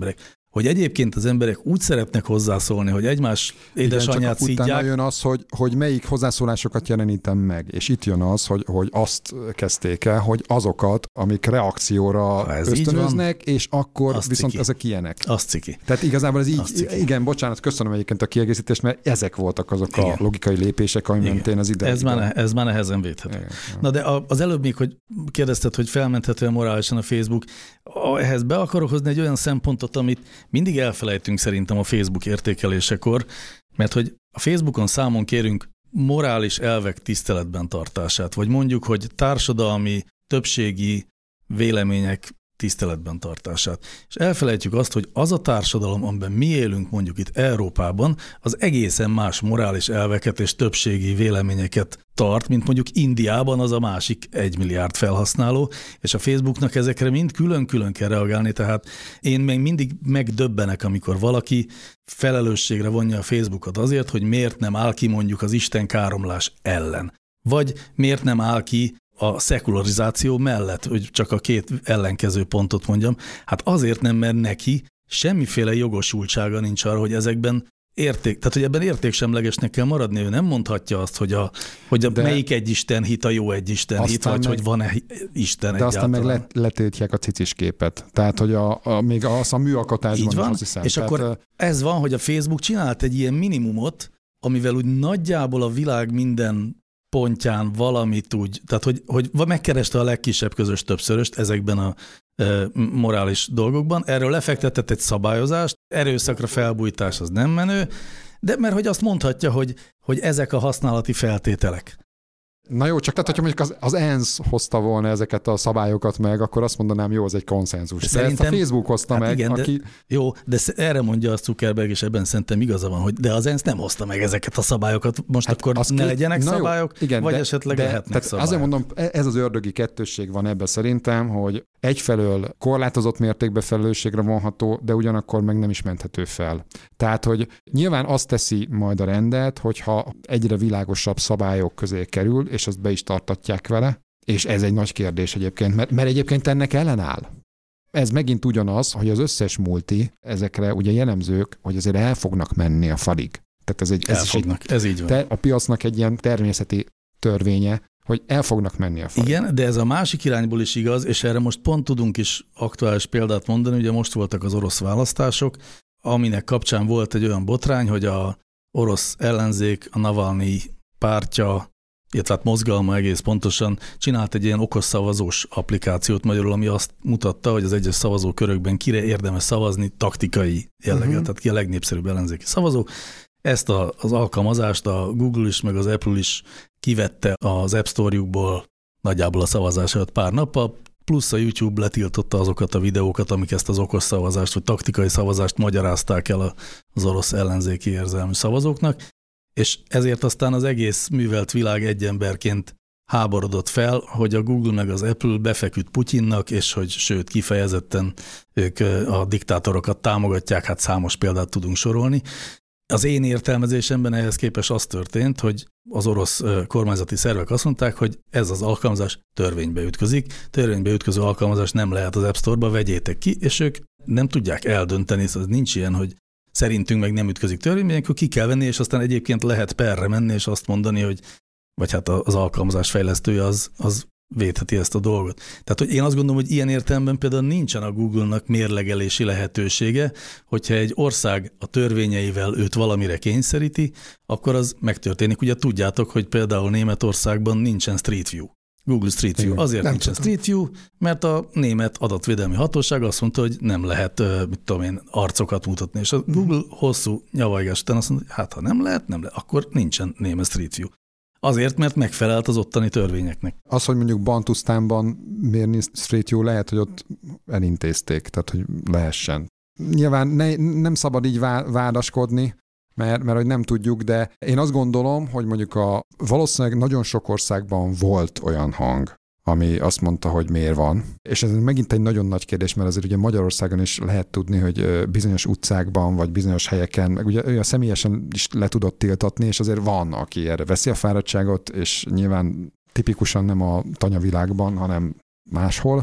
E: hogy egyébként az emberek úgy szeretnek hozzászólni, hogy egymás édesanyját szidják.
B: Utána jön az, hogy, hogy melyik hozzászólásokat jelenítem meg, és itt jön az, hogy, hogy azt kezdték el, hogy azokat, amik reakcióra ösztönöznek, és akkor azt viszont ciki. Ezek ilyenek.
E: Azt ciki.
B: Tehát igazából ez így, igen, bocsánat, köszönöm egyébként a kiegészítést, mert ezek voltak azok igen. a logikai lépések, ami mentén az ide.
E: Ez, már, ez már nehezen védhető. Igen. Na de az előbb még, hogy kérdezted, hogy felmenthető morálisan a Facebook, ehhez be akarok hozni egy olyan szempontot, amit mindig elfelejtünk szerintem a Facebook értékelésekor, mert hogy a Facebookon számon kérünk morális elvek tiszteletben tartását, vagy mondjuk, hogy társadalmi, többségi vélemények tiszteletben tartását. És elfelejtjük azt, hogy az a társadalom, amiben mi élünk mondjuk itt Európában, az egészen más morális elveket és többségi véleményeket tart, mint mondjuk Indiában az a másik egymilliárd felhasználó, és a Facebooknak ezekre mind külön-külön kell reagálni, tehát én még mindig megdöbbenek, amikor valaki felelősségre vonja a Facebookot azért, hogy miért nem áll ki mondjuk az istenkáromlás ellen, vagy miért nem áll ki a szekularizáció mellett, hogy csak a két ellenkező pontot mondjam, hát azért nem, mert neki semmiféle jogosultsága nincs arra, hogy ezekben érték, tehát hogy ebben értéksemlegesnek kell maradni, ő nem mondhatja azt, hogy, a, hogy a melyik egy Isten hit a jó egy Isten hit, vagy meg, hogy van-e Isten
B: de
E: egyáltalán.
B: aztán meg let, letiltják a cicis képet. Tehát, hogy a, a, még az a műalkotásban
E: így van,
B: is azt hiszem.
E: És
B: tehát,
E: akkor ez van, hogy a Facebook csinált egy ilyen minimumot, amivel úgy nagyjából a világ minden pontján valamit úgy, tehát hogy, hogy megkereste a legkisebb közös többszöröst ezekben a e, morális dolgokban, erről lefektetett egy szabályozást, erőszakra felbújtás az nem menő, de mert hogy azt mondhatja, hogy, hogy ezek a használati feltételek.
B: Na jó, csak tehát, hogyha mondjuk az, az ENSZ hozta volna ezeket a szabályokat meg, akkor azt mondanám, jó, az egy konszenzus. De, de ezt a Facebook hozta hát meg, igen, aki...
E: De, jó, de erre mondja a Zuckerberg, és ebben szerintem igaza van, hogy de az ENSZ nem hozta meg ezeket a szabályokat, most hát akkor ne legyenek szabályok, jó, igen, vagy de, esetleg de, lehetnek tehát szabályok. Azért
B: mondom, ez az ördögi kettősség van ebben szerintem, hogy egyfelől korlátozott mértékben felelősségre vonható, de ugyanakkor meg nem is menthető fel. Tehát, hogy nyilván azt teszi majd a rendet, hogyha egyre világosabb szabályok közé kerül, és azt be is tartatják vele, és ez egy nagy kérdés egyébként, mert, mert egyébként ennek ellenáll. Ez megint ugyanaz, hogy az összes multi, ezekre ugye jellemzők, hogy azért el fognak menni a falig. Tehát ez, egy, ez, is egy,
E: ez így van.
B: Te, a piacnak egy ilyen természeti törvénye, hogy el fognak menni a falig.
E: Igen, de ez a másik irányból is igaz, és erre most pont tudunk is aktuális példát mondani, ugye most voltak az orosz választások, aminek kapcsán volt egy olyan botrány, hogy a orosz ellenzék, a Navalnyi pártja, illetve hát mozgalma egész pontosan csinált egy ilyen okos szavazós applikációt magyarul, ami azt mutatta, hogy az egyes szavazókörökben kire érdemes szavazni taktikai jelleggel, uh-huh. tehát ki a legnépszerűbb ellenzéki szavazó. Ezt a, az alkalmazást a Google is, meg az Apple is kivette az App Store-jukból nagyjából a szavazás előtt pár nappal, plusz a YouTube letiltotta azokat a videókat, amik ezt az okos szavazást, vagy taktikai szavazást magyarázták el az orosz ellenzéki érzelmű szavazóknak, és ezért aztán az egész művelt világ egy emberként háborodott fel, hogy a Google meg az Apple befeküdt Putyinnak, és hogy sőt kifejezetten ők a diktátorokat támogatják, hát számos példát tudunk sorolni. Az én értelmezésemben ehhez képest az történt, hogy az orosz kormányzati szervek azt mondták, hogy ez az alkalmazás törvénybe ütközik, törvénybe ütköző alkalmazás nem lehet az App Store-ba, vegyétek ki, és ők nem tudják eldönteni, szóval nincs ilyen, hogy szerintünk meg nem ütközik törvénybe, akkor ki kell venni, és aztán egyébként lehet perre menni, és azt mondani, hogy vagy hát az alkalmazás fejlesztője az, az védheti ezt a dolgot. Tehát, hogy én azt gondolom, hogy ilyen értelemben például nincsen a Google-nak mérlegelési lehetősége, hogyha egy ország a törvényeivel őt valamire kényszeríti, akkor az megtörténik. Ugye tudjátok, hogy például Németországban nincsen Street View. Google Street View. Igen, azért nincsen tudom. Street View, mert a német adatvédelmi hatóság azt mondta, hogy nem lehet, mit tudom én, arcokat mutatni. És a Google hosszú nyavajgás után azt mondta, hogy hát ha nem lehet, nem lehet, akkor nincsen német Street View. Azért, mert megfelelt az ottani törvényeknek.
B: Az, hogy mondjuk Bantusztánban mérni Street View, lehet, hogy ott elintézték, tehát hogy lehessen. Nyilván ne, nem szabad így vádaskodni, mert, mert hogy nem tudjuk, de én azt gondolom, hogy mondjuk a valószínűleg nagyon sok országban volt olyan hang, ami azt mondta, hogy miért van. És ez megint egy nagyon nagy kérdés, mert azért ugye Magyarországon is lehet tudni, hogy bizonyos utcákban, vagy bizonyos helyeken, meg ugye olyan személyesen is le tudott tiltatni, és azért van, aki erre veszi a fáradtságot, és nyilván tipikusan nem a tanyavilágban, hanem máshol.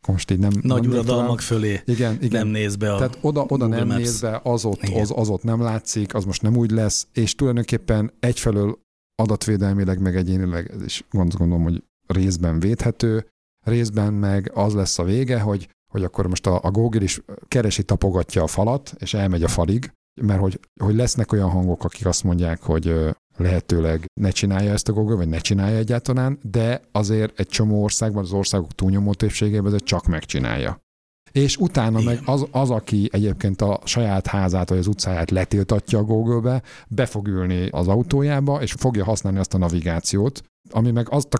B: most így nem...
E: Nagy
B: nem
E: uradalmak fölé
B: igen, igen.
E: nem néz be a
B: Tehát oda, oda nem
E: Maps.
B: néz be, az ott, az, az ott nem látszik, az most nem úgy lesz, és tulajdonképpen egyfelől adatvédelmileg, meg egyénileg ez is gondolom, hogy részben védhető, részben meg az lesz a vége, hogy, hogy akkor most a, a Google is keresi, tapogatja a falat, és elmegy a falig, mert hogy, hogy lesznek olyan hangok, akik azt mondják, hogy lehetőleg ne csinálja ezt a Google, vagy ne csinálja egyáltalán, de azért egy csomó országban, az országok túlnyomó többségében ez csak megcsinálja. És utána igen. meg az, az, aki egyébként a saját házát, vagy az utcáját letiltatja a Google-be, be fog ülni az autójába, és fogja használni azt a navigációt, ami meg azt a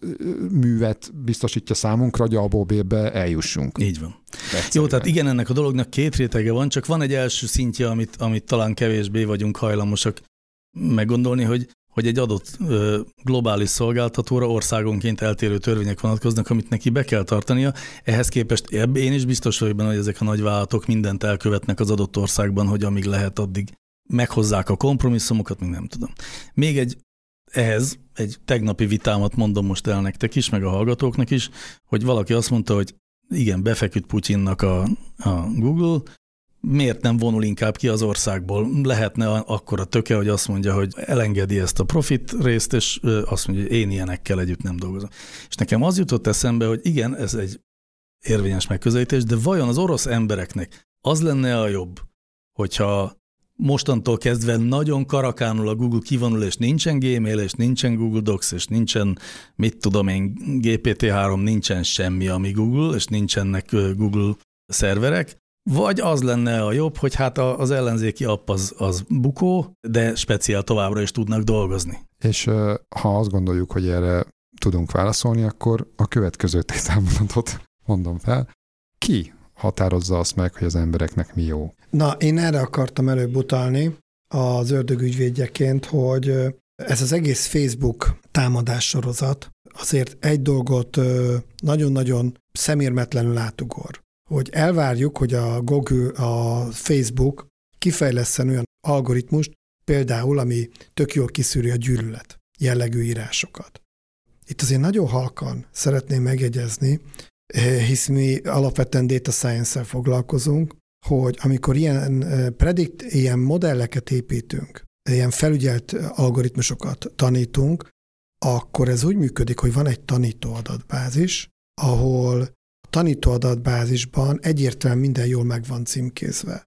B: közművet biztosítja számunkra, hogy A-ból B-be eljussunk.
E: Így van. Egyszerűen. Jó, tehát igen, ennek a dolognak két rétege van, csak van egy első szintje, amit, amit talán kevésbé vagyunk hajlamosak meggondolni, hogy, hogy egy adott ö, globális szolgáltatóra országonként eltérő törvények vonatkoznak, amit neki be kell tartania. Ehhez képest én is biztos vagyok benne, hogy ezek a nagyvállalatok mindent elkövetnek az adott országban, hogy amíg lehet, addig meghozzák a kompromisszumokat, még nem tudom. Még egy ehhez egy tegnapi vitámat mondom most el nektek is, meg a hallgatóknak is, hogy valaki azt mondta, hogy igen, befeküdt Putyinnak a, a Google, miért nem vonul inkább ki az országból? Lehetne akkor a töke, hogy azt mondja, hogy elengedi ezt a profit részt, és azt mondja, hogy én ilyenekkel együtt nem dolgozom. És nekem az jutott eszembe, hogy igen, ez egy érvényes megközelítés, de vajon az orosz embereknek az lenne a jobb, hogyha mostantól kezdve nagyon karakánul a Google kivonul, és nincsen Gmail, és nincsen Google Docs, és nincsen, mit tudom én, G P T három, nincsen semmi, ami Google, és nincsenek Google szerverek, vagy az lenne a jobb, hogy hát az ellenzéki app az, az bukó, de speciál továbbra is tudnak dolgozni.
B: És ha azt gondoljuk, hogy erre tudunk válaszolni, akkor a következő tételmondatot mondom fel. Ki határozza azt meg, hogy az embereknek mi jó?
C: Na, én erre akartam előbb utalni az ördögügyvédjeként, hogy ez az egész Facebook támadás sorozat azért egy dolgot nagyon-nagyon szemérmetlenül átugor. Hogy elvárjuk, hogy a Google, a Facebook kifejlesszen olyan algoritmust, például, ami tök jól kiszűri a gyűlölet jellegű írásokat. Itt azért nagyon halkan szeretném megjegyezni, hisz mi alapvetően data science-szel foglalkozunk, hogy amikor ilyen predict, ilyen modelleket építünk, ilyen felügyelt algoritmusokat tanítunk, akkor ez úgy működik, hogy van egy tanító adatbázis, ahol a tanító adatbázisban egyértelműen minden jól meg van címkézve.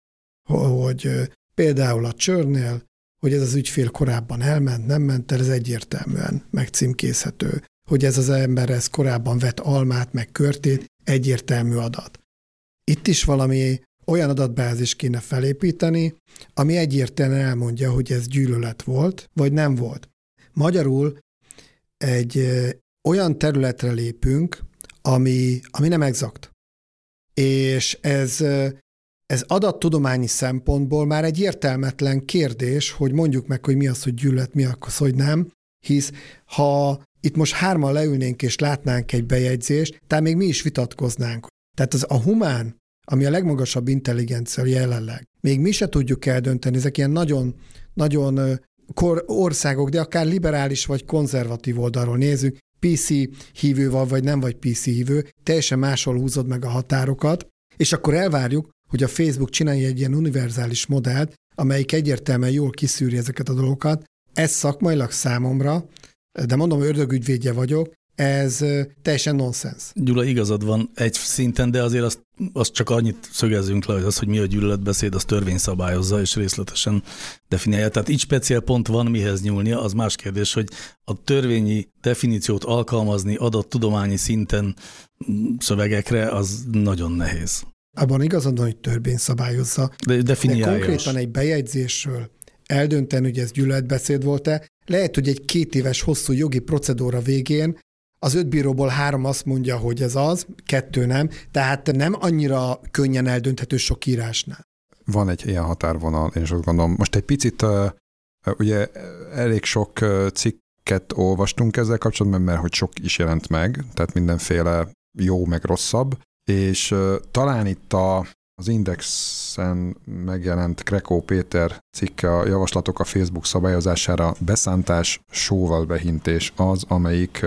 C: Hogy például a churnnél, hogy ez az ügyfél korábban elment, nem ment el, ez egyértelműen megcímkézhető. Hogy ez az ember ez korábban vett almát, meg körtét, egyértelmű adat. Itt is valami olyan adatbázis kéne felépíteni, ami egyértelműen elmondja, hogy ez gyűlölet volt, vagy nem volt. Magyarul egy olyan területre lépünk, ami, ami nem exakt. És ez, ez adattudományi szempontból már egy értelmetlen kérdés, hogy mondjuk meg, hogy mi az, hogy gyűlölet, mi az, hogy nem, hisz ha itt most hárman leülnénk és látnánk egy bejegyzést, tehát még mi is vitatkoznánk. Tehát az a humán, ami a legmagasabb intelligencia jelenleg, még mi se tudjuk eldönteni, ezek ilyen nagyon, nagyon kor, országok, de akár liberális vagy konzervatív oldalról nézzük, pé cé hívő vagy, vagy nem vagy pé cé hívő, teljesen máshol húzod meg a határokat, és akkor elvárjuk, hogy a Facebook csinálja egy ilyen univerzális modellt, amelyik egyértelműen jól kiszűri ezeket a dolgokat. Ez szakmailag számomra, de mondom, hogy ördögügyvédje vagyok, ez teljesen nonsens.
E: Gyula, igazad van egy szinten, de azért azt, azt csak annyit szögezzünk le, hogy az, hogy mi a gyűlöletbeszéd, az törvény szabályozza és részletesen definiálja. Tehát így speciál pont van mihez nyúlnia, az más kérdés, hogy a törvényi definíciót alkalmazni adott tudományi szinten szövegekre, az nagyon nehéz.
C: Abban igazad van, hogy törvény szabályozza,
E: de,
C: de konkrétan egy bejegyzésről eldönteni, hogy ez gyűlöletbeszéd volt-e, lehet, hogy egy két éves hosszú jogi procedúra végén az öt bíróból három azt mondja, hogy ez az, kettő nem, tehát nem annyira könnyen eldönthető sok írásnál. Van
B: egy ilyen határvonal, én is azt gondolom. Most egy picit, ugye elég sok cikket olvastunk ezzel kapcsolatban, mert hogy sok is jelent meg, tehát mindenféle jó meg rosszabb, és talán itt a az Indexen megjelent Krekó Péter cikke a javaslatok a Facebook szabályozására beszántás, sóval behintés az, amelyik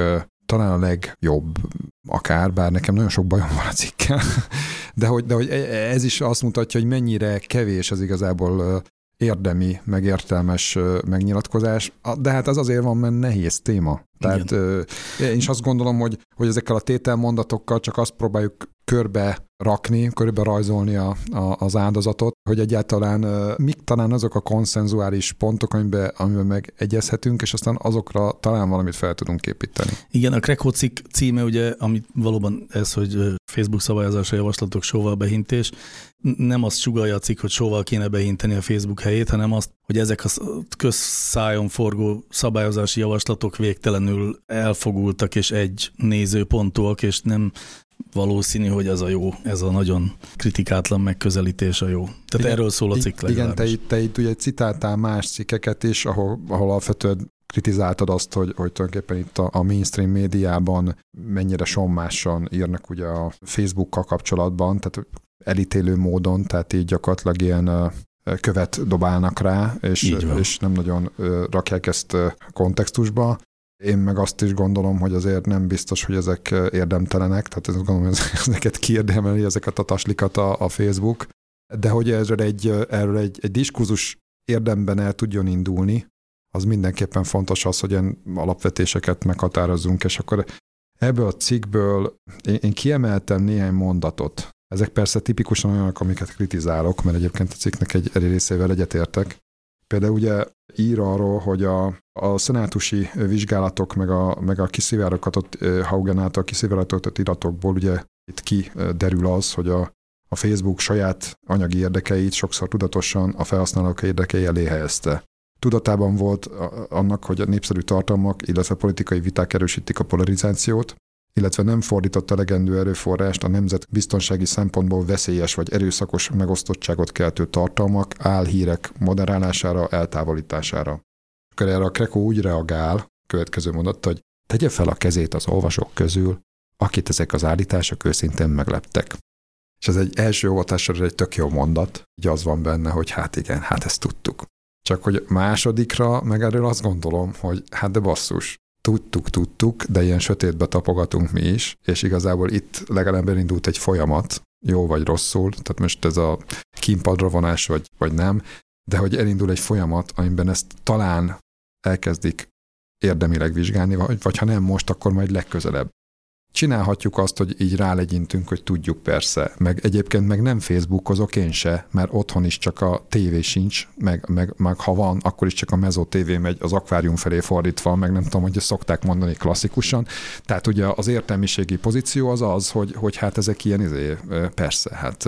B: talán a legjobb akár, bár nekem nagyon sok bajom van a cikkel, de hogy, de hogy ez is azt mutatja, hogy mennyire kevés az igazából érdemi, meg értelmes megnyilatkozás, de hát az azért van, mert nehéz téma. Tehát ö, én is azt gondolom, hogy, hogy ezekkel a tételmondatokkal csak azt próbáljuk körbe rakni, körbe rajzolni a, a, az áldozatot, hogy egyáltalán ö, mik talán azok a konszenzuális pontok, amiben, amiben megegyezhetünk, és aztán azokra talán valamit fel tudunk építeni.
E: Igen, a Krekó cikk címe ugye, amit valóban ez, hogy Facebook szabályozása javaslatok sóval behintés, nem azt sugallja a cikk, hogy sóval kéne behinteni a Facebook helyét, hanem azt, hogy ezek a közszájon forgó szabályozási javaslatok végtelenül elfogultak és egy nézőpontúak, és nem valószínű, hogy ez a jó, ez a nagyon kritikátlan megközelítés a jó. Tehát igen, erről szól a cikk legalábbis.
B: Igen, te itt, te itt ugye citáltál más cikkeket is, ahol, ahol alapvetően kritizáltad azt, hogy, hogy tulajdonképpen itt a, a mainstream médiában mennyire sommásan írnak ugye a Facebookkal kapcsolatban, tehát elítélő módon, tehát így gyakorlatilag ilyen követ dobálnak rá, és, és nem nagyon rakják ezt kontextusba. Én meg azt is gondolom, hogy azért nem biztos, hogy ezek érdemtelenek, tehát azt gondolom, hogy ezeket kiérdemeli, ezeket a taslikat a, a Facebook, de hogy erről egy, erről egy, egy diskurzus érdemben el tudjon indulni, az mindenképpen fontos az, hogy ilyen alapvetéseket meghatározzunk, és akkor ebből a cikkből én, én kiemeltem néhány mondatot. Ezek persze tipikusan olyanok, amiket kritizálok, mert egyébként a cikknek egy részével egyetértek. Például ugye ír arról, hogy a, a szenátusi vizsgálatok, meg a, meg a kiszivárogtatott, Haugen által kiszivárogtatott iratokból ugye itt kiderül az, hogy a, a Facebook saját anyagi érdekeit sokszor tudatosan a felhasználók érdekei elé helyezte. Tudatában volt annak, hogy a népszerű tartalmak, illetve politikai viták erősítik a polarizációt, illetve nem fordított elegendő erőforrást a nemzetbiztonsági szempontból veszélyes vagy erőszakos megosztottságot keltő tartalmak, álhírek moderálására, eltávolítására. Akkor erre a Krekó úgy reagál, következő mondatta, hogy tegye fel a kezét az olvasók közül, akit ezek az állítások őszintén megleptek. És ez egy első olvasásra egy tök jó mondat, így az van benne, hogy hát igen, hát ezt tudtuk. Csak hogy másodikra meg erről azt gondolom, hogy hát de basszus, tudtuk, tudtuk, de ilyen sötétbe tapogatunk mi is, és igazából itt legalább elindult egy folyamat, jó vagy rosszul, tehát most ez a kínpadra vonás vagy, vagy nem, de hogy elindul egy folyamat, amiben ezt talán elkezdik érdemileg vizsgálni, vagy, vagy ha nem most, akkor majd legközelebb. Csinálhatjuk azt, hogy így rálegyintünk, hogy tudjuk persze, meg egyébként meg nem Facebookozok én se, mert otthon is csak a tévé sincs, meg, meg, meg ha van, akkor is csak a Mezó té vé megy az akvárium felé fordítva, meg nem tudom, hogy szokták mondani klasszikusan. Tehát ugye az értelmiségi pozíció az az, hogy, hogy hát ezek ilyen izé, persze, hát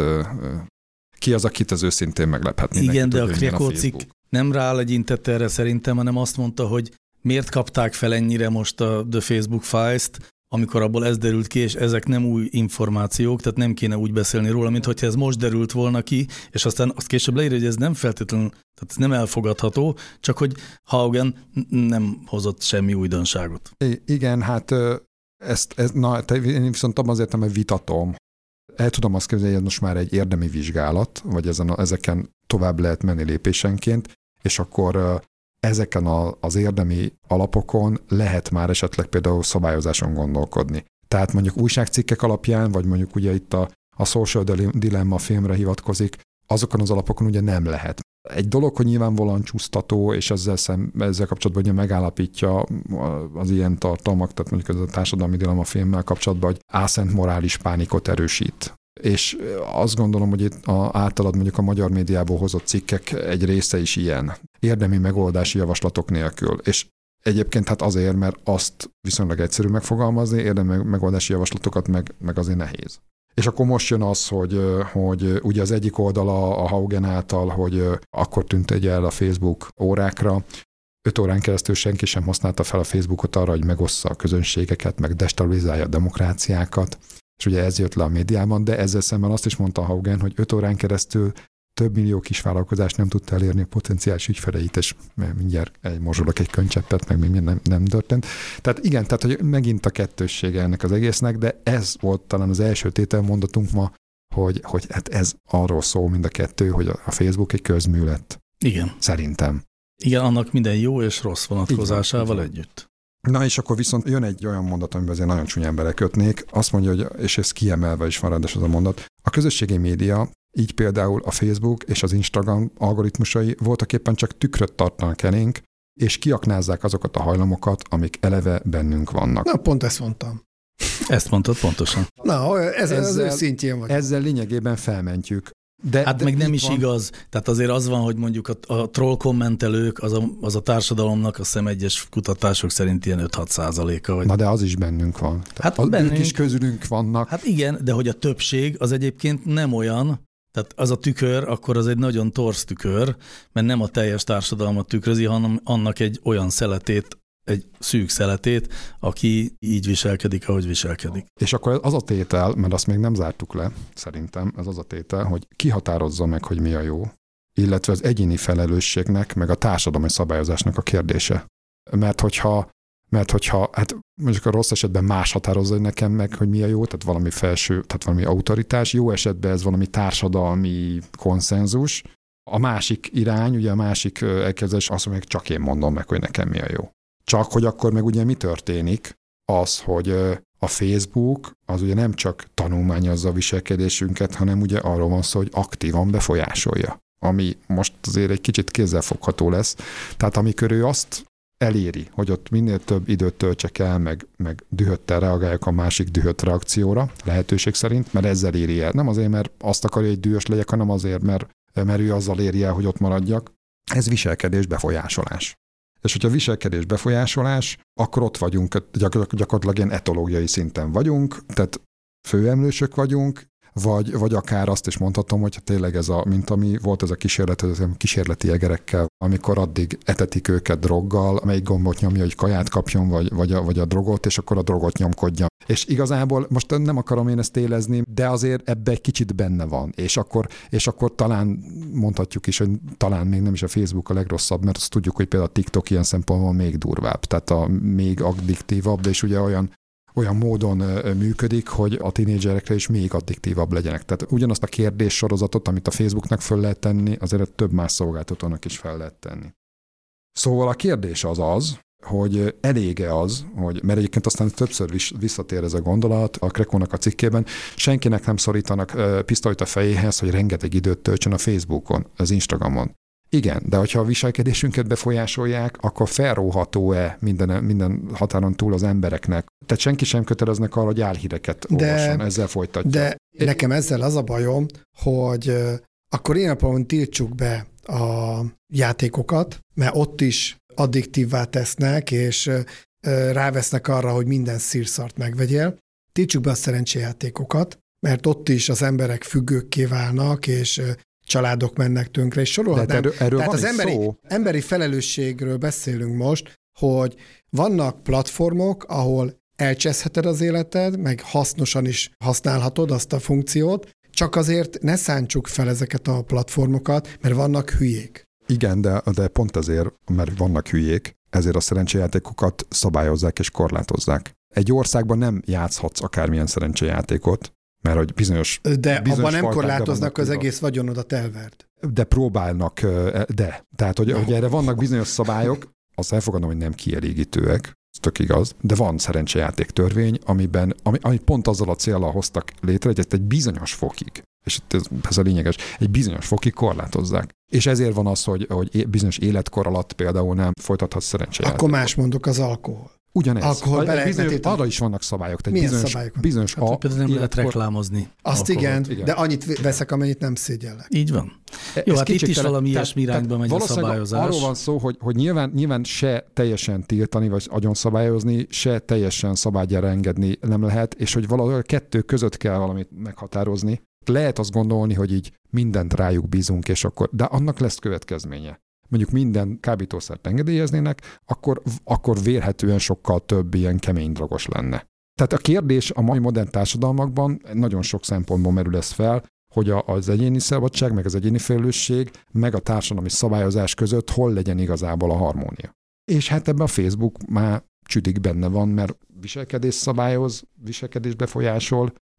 B: ki az, akit az őszintén meglephet.
E: Igen, de a Krekó cikk nem rálegyintett erre szerintem, hanem azt mondta, hogy miért kapták fel ennyire most a The Facebook Files-t, amikor abból ez derült ki, és ezek nem új információk, tehát nem kéne úgy beszélni róla, mint hogyha ez most derült volna ki, és aztán azt később leírja, hogy ez nem feltétlenül, tehát ez nem elfogadható, csak hogy Haugen nem hozott semmi újdonságot.
B: I- igen, hát ezt, ez, na, én viszont abban azért nem vitatom. El tudom azt képzelni, hogy ez most már egy érdemi vizsgálat, vagy ezen a, ezeken tovább lehet menni lépésenként, és akkor ezeken a, az érdemi alapokon lehet már esetleg például szabályozáson gondolkodni. Tehát mondjuk újságcikkek alapján, vagy mondjuk ugye itt a, a Social Dilemma filmre hivatkozik, azokon az alapokon ugye nem lehet. Egy dolog, hogy nyilvánvalóan csúsztató, és ezzel, szem, ezzel kapcsolatban ugye megállapítja az ilyen tartalmak, tehát mondjuk ez a Társadalmi Dilemma filmmel kapcsolatban, hogy álszent morális pánikot erősít. És azt gondolom, hogy itt a, általad mondjuk a magyar médiából hozott cikkek egy része is ilyen. Érdemi megoldási javaslatok nélkül. És egyébként hát azért, mert azt viszonylag egyszerű megfogalmazni, érdemi megoldási javaslatokat meg, meg azért nehéz. És akkor most jön az, hogy, hogy ugye az egyik oldala a Haugen által, hogy akkor tűnt egy el a Facebook órákra, öt órán keresztül senki sem használta fel a Facebookot arra, hogy megossza a közönségeket, meg destabilizálja a demokráciákat. És ugye ez jött le a médiában, de ezzel szemben azt is mondta Haugen, hogy öt órán keresztül több millió kisvállalkozás nem tudta elérni a potenciális ügyfeleit, és mindjárt egy morzsolok egy könycseppet, meg még nem, nem történt. Tehát igen, tehát hogy megint a kettőssége ennek az egésznek, de ez volt talán az első tételmondatunk ma, hogy, hogy hát ez arról szól mind a kettő, hogy a Facebook egy közmű lett.
E: Igen.
B: Szerintem.
E: Igen, annak minden jó és rossz vonatkozásával együtt.
B: Na és akkor viszont jön egy olyan mondat, amiben azért nagyon csúnyán belekötnék. Azt mondja, hogy, és ez kiemelve is van ráadásul az a mondat, a közösségi média, így például a Facebook és az Instagram algoritmusai voltak éppen csak tükröt tartanak elénk, és kiaknázzák azokat a hajlamokat, amik eleve bennünk vannak.
C: Na, pont ezt mondtam.
E: Ezt mondtad pontosan.
C: Na, ez
B: ezzel,
C: az ő szintjén vagy.
B: Ezzel lényegében felmentjük. De,
E: hát
B: de
E: meg nem is
B: van.
E: igaz. Tehát azért az van, hogy mondjuk a, a troll kommentelők, az a, az a társadalomnak, azt hiszem egyes kutatások szerint ilyen öt-hat százaléka. Vagy...
B: Na de az is bennünk van.
E: Hát
B: az,
E: bennünk,
B: ők is közülünk vannak.
E: Hát igen, de hogy a többség az egyébként nem olyan, tehát az a tükör, akkor az egy nagyon torz tükör, mert nem a teljes társadalmat tükrözi, hanem annak egy olyan szeletét, egy szűk szeletét, aki így viselkedik, ahogy viselkedik.
B: És akkor az a tétel, mert azt még nem zártuk le, szerintem, ez az a tétel, hogy ki határozza meg, hogy mi a jó, illetve az egyéni felelősségnek, meg a társadalmi szabályozásnak a kérdése. Mert hogyha, mert hogyha hát mondjuk a rossz esetben más határozza nekem meg, hogy mi a jó, tehát valami felső, tehát valami autoritás, jó esetben ez valami társadalmi konszenzus, a másik irány, ugye a másik elképzelés azt mondja, hogy csak én mondom meg, hogy nekem mi a jó. Csak hogy akkor meg ugye mi történik? Az, hogy a Facebook az ugye nem csak tanulmányozza a viselkedésünket, hanem ugye arról van szó, hogy aktívan befolyásolja. Ami most azért egy kicsit kézzelfogható lesz. Tehát amikor ő azt eléri, hogy ott minél több időt töltsek el, meg, meg dühöttel reagáljak a másik dühött reakcióra, lehetőség szerint, mert ezzel éri el. Nem azért, mert azt akarja, hogy dühös legyek, hanem azért, mert, mert ő azzal éri el, hogy ott maradjak. Ez viselkedés befolyásolás. És hogyha viselkedés befolyásolás, akkor ott vagyunk, gyakor- gyakorlatilag ilyen etológiai szinten vagyunk, tehát főemlősök vagyunk, vagy, vagy akár azt is mondhatom, hogy tényleg ez a, mint ami volt ez a kísérlet, ez a kísérleti egerekkel, amikor addig etetik őket droggal, amelyik gombot nyomja, hogy kaját kapjon, vagy, vagy, a, vagy a drogot, és akkor a drogot nyomkodja. És igazából most nem akarom én ezt élezni, de azért ebbe egy kicsit benne van. És akkor, és akkor talán mondhatjuk is, hogy talán még nem is a Facebook a legrosszabb, mert azt tudjuk, hogy például a TikTok ilyen szempontból még durvább, tehát a még addiktívabb, és ugye olyan olyan módon működik, hogy a tínédzserekre is még addiktívabb legyenek. Tehát ugyanazt a kérdéssorozatot, amit a Facebooknak föl lehet tenni, azért több más szolgáltatónak is fel lehet tenni. Szóval a kérdés az az, hogy elége az, hogy, mert egyébként aztán többször visszatér ez a gondolat a Krekónak a cikkében, senkinek nem szorítanak pisztolyt a fejéhez, hogy rengeteg időt töltsön a Facebookon, az Instagramon. Igen, de hogyha a viselkedésünket befolyásolják, akkor felróható-e minden, minden határon túl az embereknek? Tehát senki sem köteleznek arra, hogy álhíreket olvasson, ezzel folytatja.
C: De nekem ezzel az a bajom, hogy uh, akkor ilyen napon tiltsuk be a játékokat, mert ott is addiktívvá tesznek, és uh, rávesznek arra, hogy minden szírszart megvegyél. Tiltsuk be a szerencséjátékokat, mert ott is az emberek függőkké válnak, és uh, családok mennek tönkre, és sorolhatnám.
B: Erről, erről
C: Tehát az emberi,
B: szó.
C: emberi felelősségről beszélünk most, hogy vannak platformok, ahol elcseszheted az életed, meg hasznosan is használhatod azt a funkciót, csak azért ne szántsuk fel ezeket a platformokat, mert vannak hülyék.
B: Igen, de, de pont ezért, mert vannak hülyék, ezért a szerencséjátékokat szabályozzák és korlátozzák. Egy országban nem játszhatsz akármilyen szerencséjátékot, mert hogy bizonyos
C: De
B: bizonyos
C: abban nem korlátoznak, az
B: az
C: egész vagyonodat elvert.
B: De próbálnak, de. Tehát, hogy, hogy erre vannak bizonyos szabályok, azt elfogadom, hogy nem kielégítőek, ez tök igaz, de van szerencsejáték törvény, amiben, ami, amit pont azzal a céllal hoztak létre, hogy ezt egy bizonyos fokig, és ez, ez a lényeges, egy bizonyos fokig korlátozzák. És ezért van az, hogy, hogy bizonyos életkor alatt például nem folytathatsz szerencsejátékot.
C: Akkor más mondok, az alkohol.
B: Ugyanez.
C: Alkohol
B: A, bizonyos, arra is vannak szabályok. Tehát
C: Milyen
B: bizonyos,
C: szabályok?
B: Bizonyos
E: hát,
B: a
E: például nem lehet reklámozni.
C: Azt igen,
B: igen,
C: de annyit veszek, amennyit nem szégyellek.
E: Így van.
B: Ez
E: Jó, hát itt is
B: tele,
E: valami ilyesmi irányba megy a szabályozás.
B: Arról van szó, hogy, hogy nyilván, nyilván se teljesen tiltani, vagy agyon szabályozni, se teljesen szabályára engedni nem lehet, és hogy valahol a kettő között kell valamit meghatározni. Lehet azt gondolni, hogy így mindent rájuk bízunk, és akkor, de annak lesz következménye. Mondjuk minden kábítószert engedélyeznének, akkor, akkor vélhetően sokkal több ilyen kemény drogos lenne. Tehát a kérdés a mai modern társadalmakban nagyon sok szempontból merül ez fel, hogy a, az egyéni szabadság, meg az egyéni felelősség, meg a társadalmi szabályozás között hol legyen igazából a harmónia. És hát ebben a Facebook már csüdig benne van, mert viselkedés szabályoz, viselkedés befolyásol,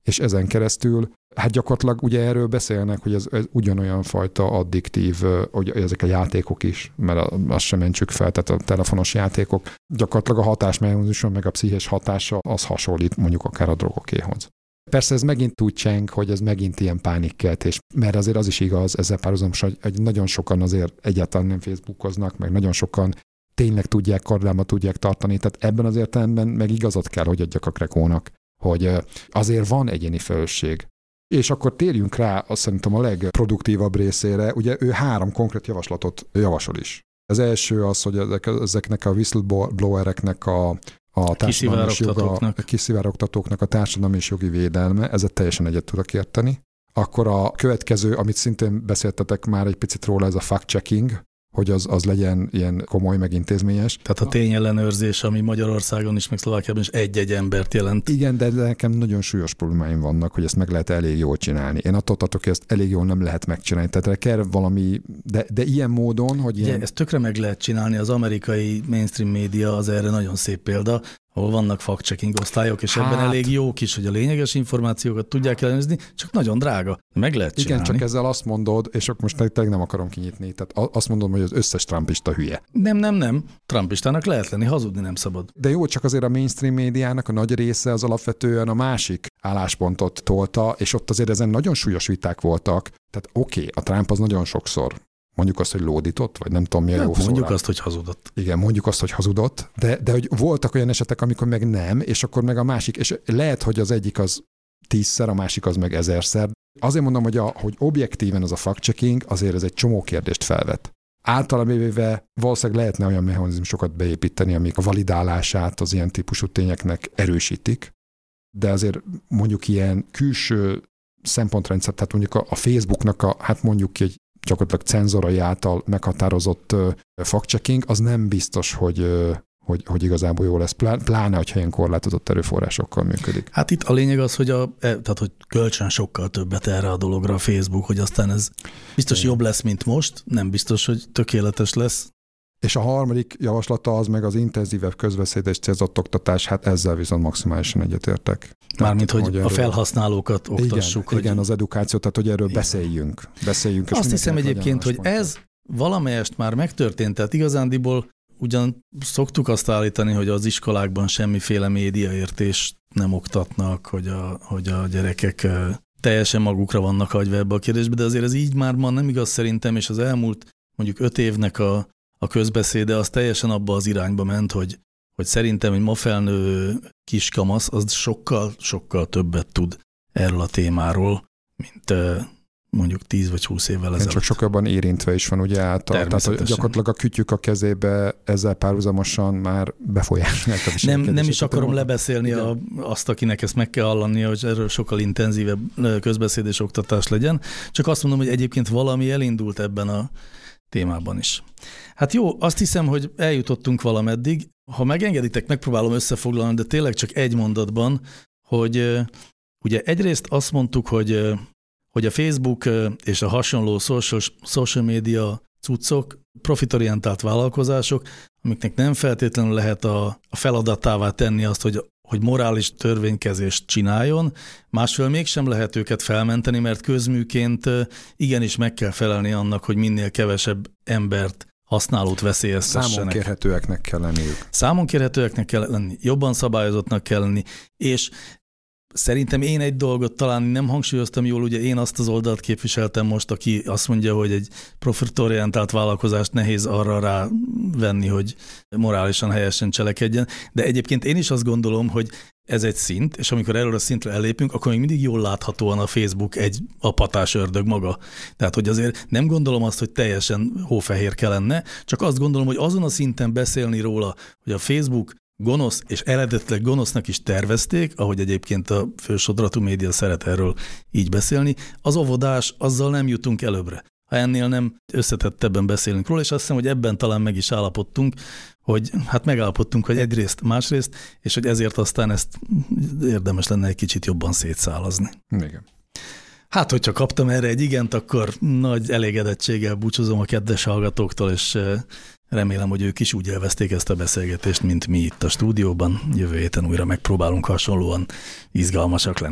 B: és ezen keresztül, hát gyakorlatilag ugye erről beszélnek, hogy ez, ez ugyanolyan fajta addiktív, hogy ezek a játékok is, mert azt sem mentsük fel, tehát a telefonos játékok, gyakorlatilag a hatásmechanizmuson, meg a pszichés hatása az hasonlít mondjuk akár a drogokéhoz. Persze ez megint úgy cseng, hogy ez megint ilyen pánikkeltés, mert azért az is igaz, ezzel párhuzamosan, hogy nagyon sokan azért egyáltalán nem Facebookoznak, meg nagyon sokan tényleg tudják, kardában tudják tartani, tehát ebben az értelemben meg igazat kell, hogy adjak a Krekónak, hogy azért van egyéni felelősség. És akkor térjünk rá azt szerintem a legproduktívabb részére, ugye ő három konkrét javaslatot javasol is. Az első az, hogy ezek, ezeknek a whistleblowereknek a, a társadalmi és joga, a kiszivárogtatóknak a társadalmi és jogi védelme, ezzel teljesen egyet tudok érteni. Akkor a következő, amit szintén beszéltetek már egy picit róla, ez a fact-checking, hogy az, az legyen ilyen komoly, meg intézményes.
E: Tehát a tényellenőrzés, ami Magyarországon is, meg Szlovákiában is egy-egy embert jelent.
B: Igen, de nekem nagyon súlyos problémáim vannak, hogy ezt meg lehet elég jól csinálni. Én attól tartok, hogy ezt elég jól nem lehet megcsinálni. Tehát kell valami, de, de ilyen módon, hogy ilyen...
E: Ugye, ezt tökre meg lehet csinálni, az amerikai mainstream média az erre nagyon szép példa, ahol vannak fact-checking osztályok, és hát, ebben elég jók is, hogy a lényeges információkat tudják ellenőrizni, csak nagyon drága. Meg lehet csinálni.
B: Igen, csak ezzel azt mondod, és akkor most tényleg nem akarom kinyitni, tehát azt mondom, hogy az összes trumpista hülye.
E: Nem, nem, nem. Trumpistának lehet lenni, hazudni nem szabad.
B: De jó, csak azért a mainstream médiának a nagy része az alapvetően a másik álláspontot tolta, és ott azért ezen nagyon súlyos viták voltak. Tehát oké, okay, a Trump az nagyon sokszor mondjuk azt, hogy lódított, vagy nem tudom, mi a jó szó.
E: Mondjuk azt, hogy hazudott.
B: Igen, mondjuk azt, hogy hazudott, de, de hogy voltak olyan esetek, amikor meg nem, és akkor meg a másik, és lehet, hogy az egyik az tízszer, a másik az meg ezerszer. Azért mondom, hogy, a, hogy objektíven az a fact-checking, azért ez egy csomó kérdést felvet. Általában véve valószínűleg lehetne olyan mechanizmusokat beépíteni, amik a validálását az ilyen típusú tényeknek erősítik, de azért mondjuk ilyen külső szempontrendszer, tehát mondjuk a, a Facebooknak a, hát mondjuk ki egy gyakorlatilag cenzorai által meghatározott uh, fact-checking, az nem biztos, hogy, uh, hogy, hogy igazából jó lesz, pláne, hogyha ilyen korlátozott erőforrásokkal működik.
E: Hát itt a lényeg az, hogy, a, tehát, hogy kölcsön sokkal többet erre a dologra a Facebook, hogy aztán ez biztos Igen. jobb lesz, mint most, nem biztos, hogy tökéletes lesz.
B: És a harmadik javaslata az meg az intenzívebb közbeszédes célzott oktatás, hát ezzel viszont maximálisan egyetértek.
E: Mármint, hogy, hogy erről... a felhasználókat oktassuk.
B: Igen, hogy... igen, az edukáció, tehát hogy erről igen. beszéljünk. beszéljünk
E: Azt hiszem egyébként, hogy ez valamelyest már megtörtént, tehát igazándiból ugyan szoktuk azt állítani, hogy az iskolákban semmiféle médiaértést nem oktatnak, hogy a, hogy a gyerekek teljesen magukra vannak hagyva ebbe a kérdésbe, de azért ez így már ma nem igaz szerintem, és az elmúlt mondjuk öt évnek a a közbeszéde az teljesen abba az irányba ment, hogy, hogy szerintem egy ma felnővő kiskamasz az sokkal, sokkal többet tud erről a témáról, mint mondjuk tíz vagy húsz évvel ezelőtt.
B: Csak sokabban érintve is van ugye által. Tehát hogy gyakorlatilag a kütyük a kezébe ezzel párhuzamosan már befolyásolják a viselkedését.
E: Nem, nem is akarom van. lebeszélni a, azt, akinek ezt meg kell hallania, hogy erről sokkal intenzívebb közbeszéd és oktatás legyen. Csak azt mondom, hogy egyébként valami elindult ebben a témában is. Hát jó, azt hiszem, hogy eljutottunk valameddig. Ha megengeditek, megpróbálom összefoglalni, de tényleg csak egy mondatban, hogy ugye egyrészt azt mondtuk, hogy, hogy a Facebook és a hasonló social, social media cuccok, profitorientált vállalkozások, amiknek nem feltétlenül lehet a, a feladatává tenni azt, hogy, hogy morális törvénykezést csináljon, másfél mégsem lehet őket felmenteni, mert közműként igenis meg kell felelni annak, hogy minél kevesebb embert, használót veszélyeztessenek.
B: Számon kérhetőeknek kell lenniük.
E: Számon kérhetőeknek kell lenni, jobban szabályozottnak kell lenni, és szerintem én egy dolgot talán nem hangsúlyoztam jól, ugye én azt az oldalt képviseltem most, aki azt mondja, hogy egy profitorientált vállalkozást nehéz arra rávenni, hogy morálisan helyesen cselekedjen, de egyébként én is azt gondolom, hogy ez egy szint, és amikor erről a szintre ellépünk, akkor még mindig jól láthatóan a Facebook egy apatás ördög maga. Tehát, hogy azért nem gondolom azt, hogy teljesen hófehérke lenne, csak azt gondolom, hogy azon a szinten beszélni róla, hogy a Facebook gonosz, és eredetileg gonosznak is tervezték, ahogy egyébként a fősodratú média szeret erről így beszélni, az óvodás, azzal nem jutunk előbbre. Ha ennél nem összetettebben beszélünk róla, és azt hiszem, hogy ebben talán meg is állapodtunk, hogy hát megállapodtunk, hogy egyrészt, másrészt, és hogy ezért aztán ezt érdemes lenne egy kicsit jobban szétszálazni.
B: Igen.
E: Hát, hogyha kaptam erre egy igent, akkor nagy elégedettséggel búcsúzom a kedves hallgatóktól, és remélem, hogy ők is úgy élvezték ezt a beszélgetést, mint mi itt a stúdióban. Jövő héten újra megpróbálunk hasonlóan izgalmasak lenni.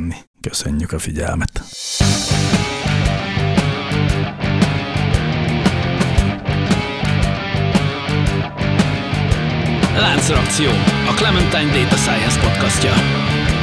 E: Köszönjük a figyelmet!
A: Láncreakció, a Clementine Data Science podcastja.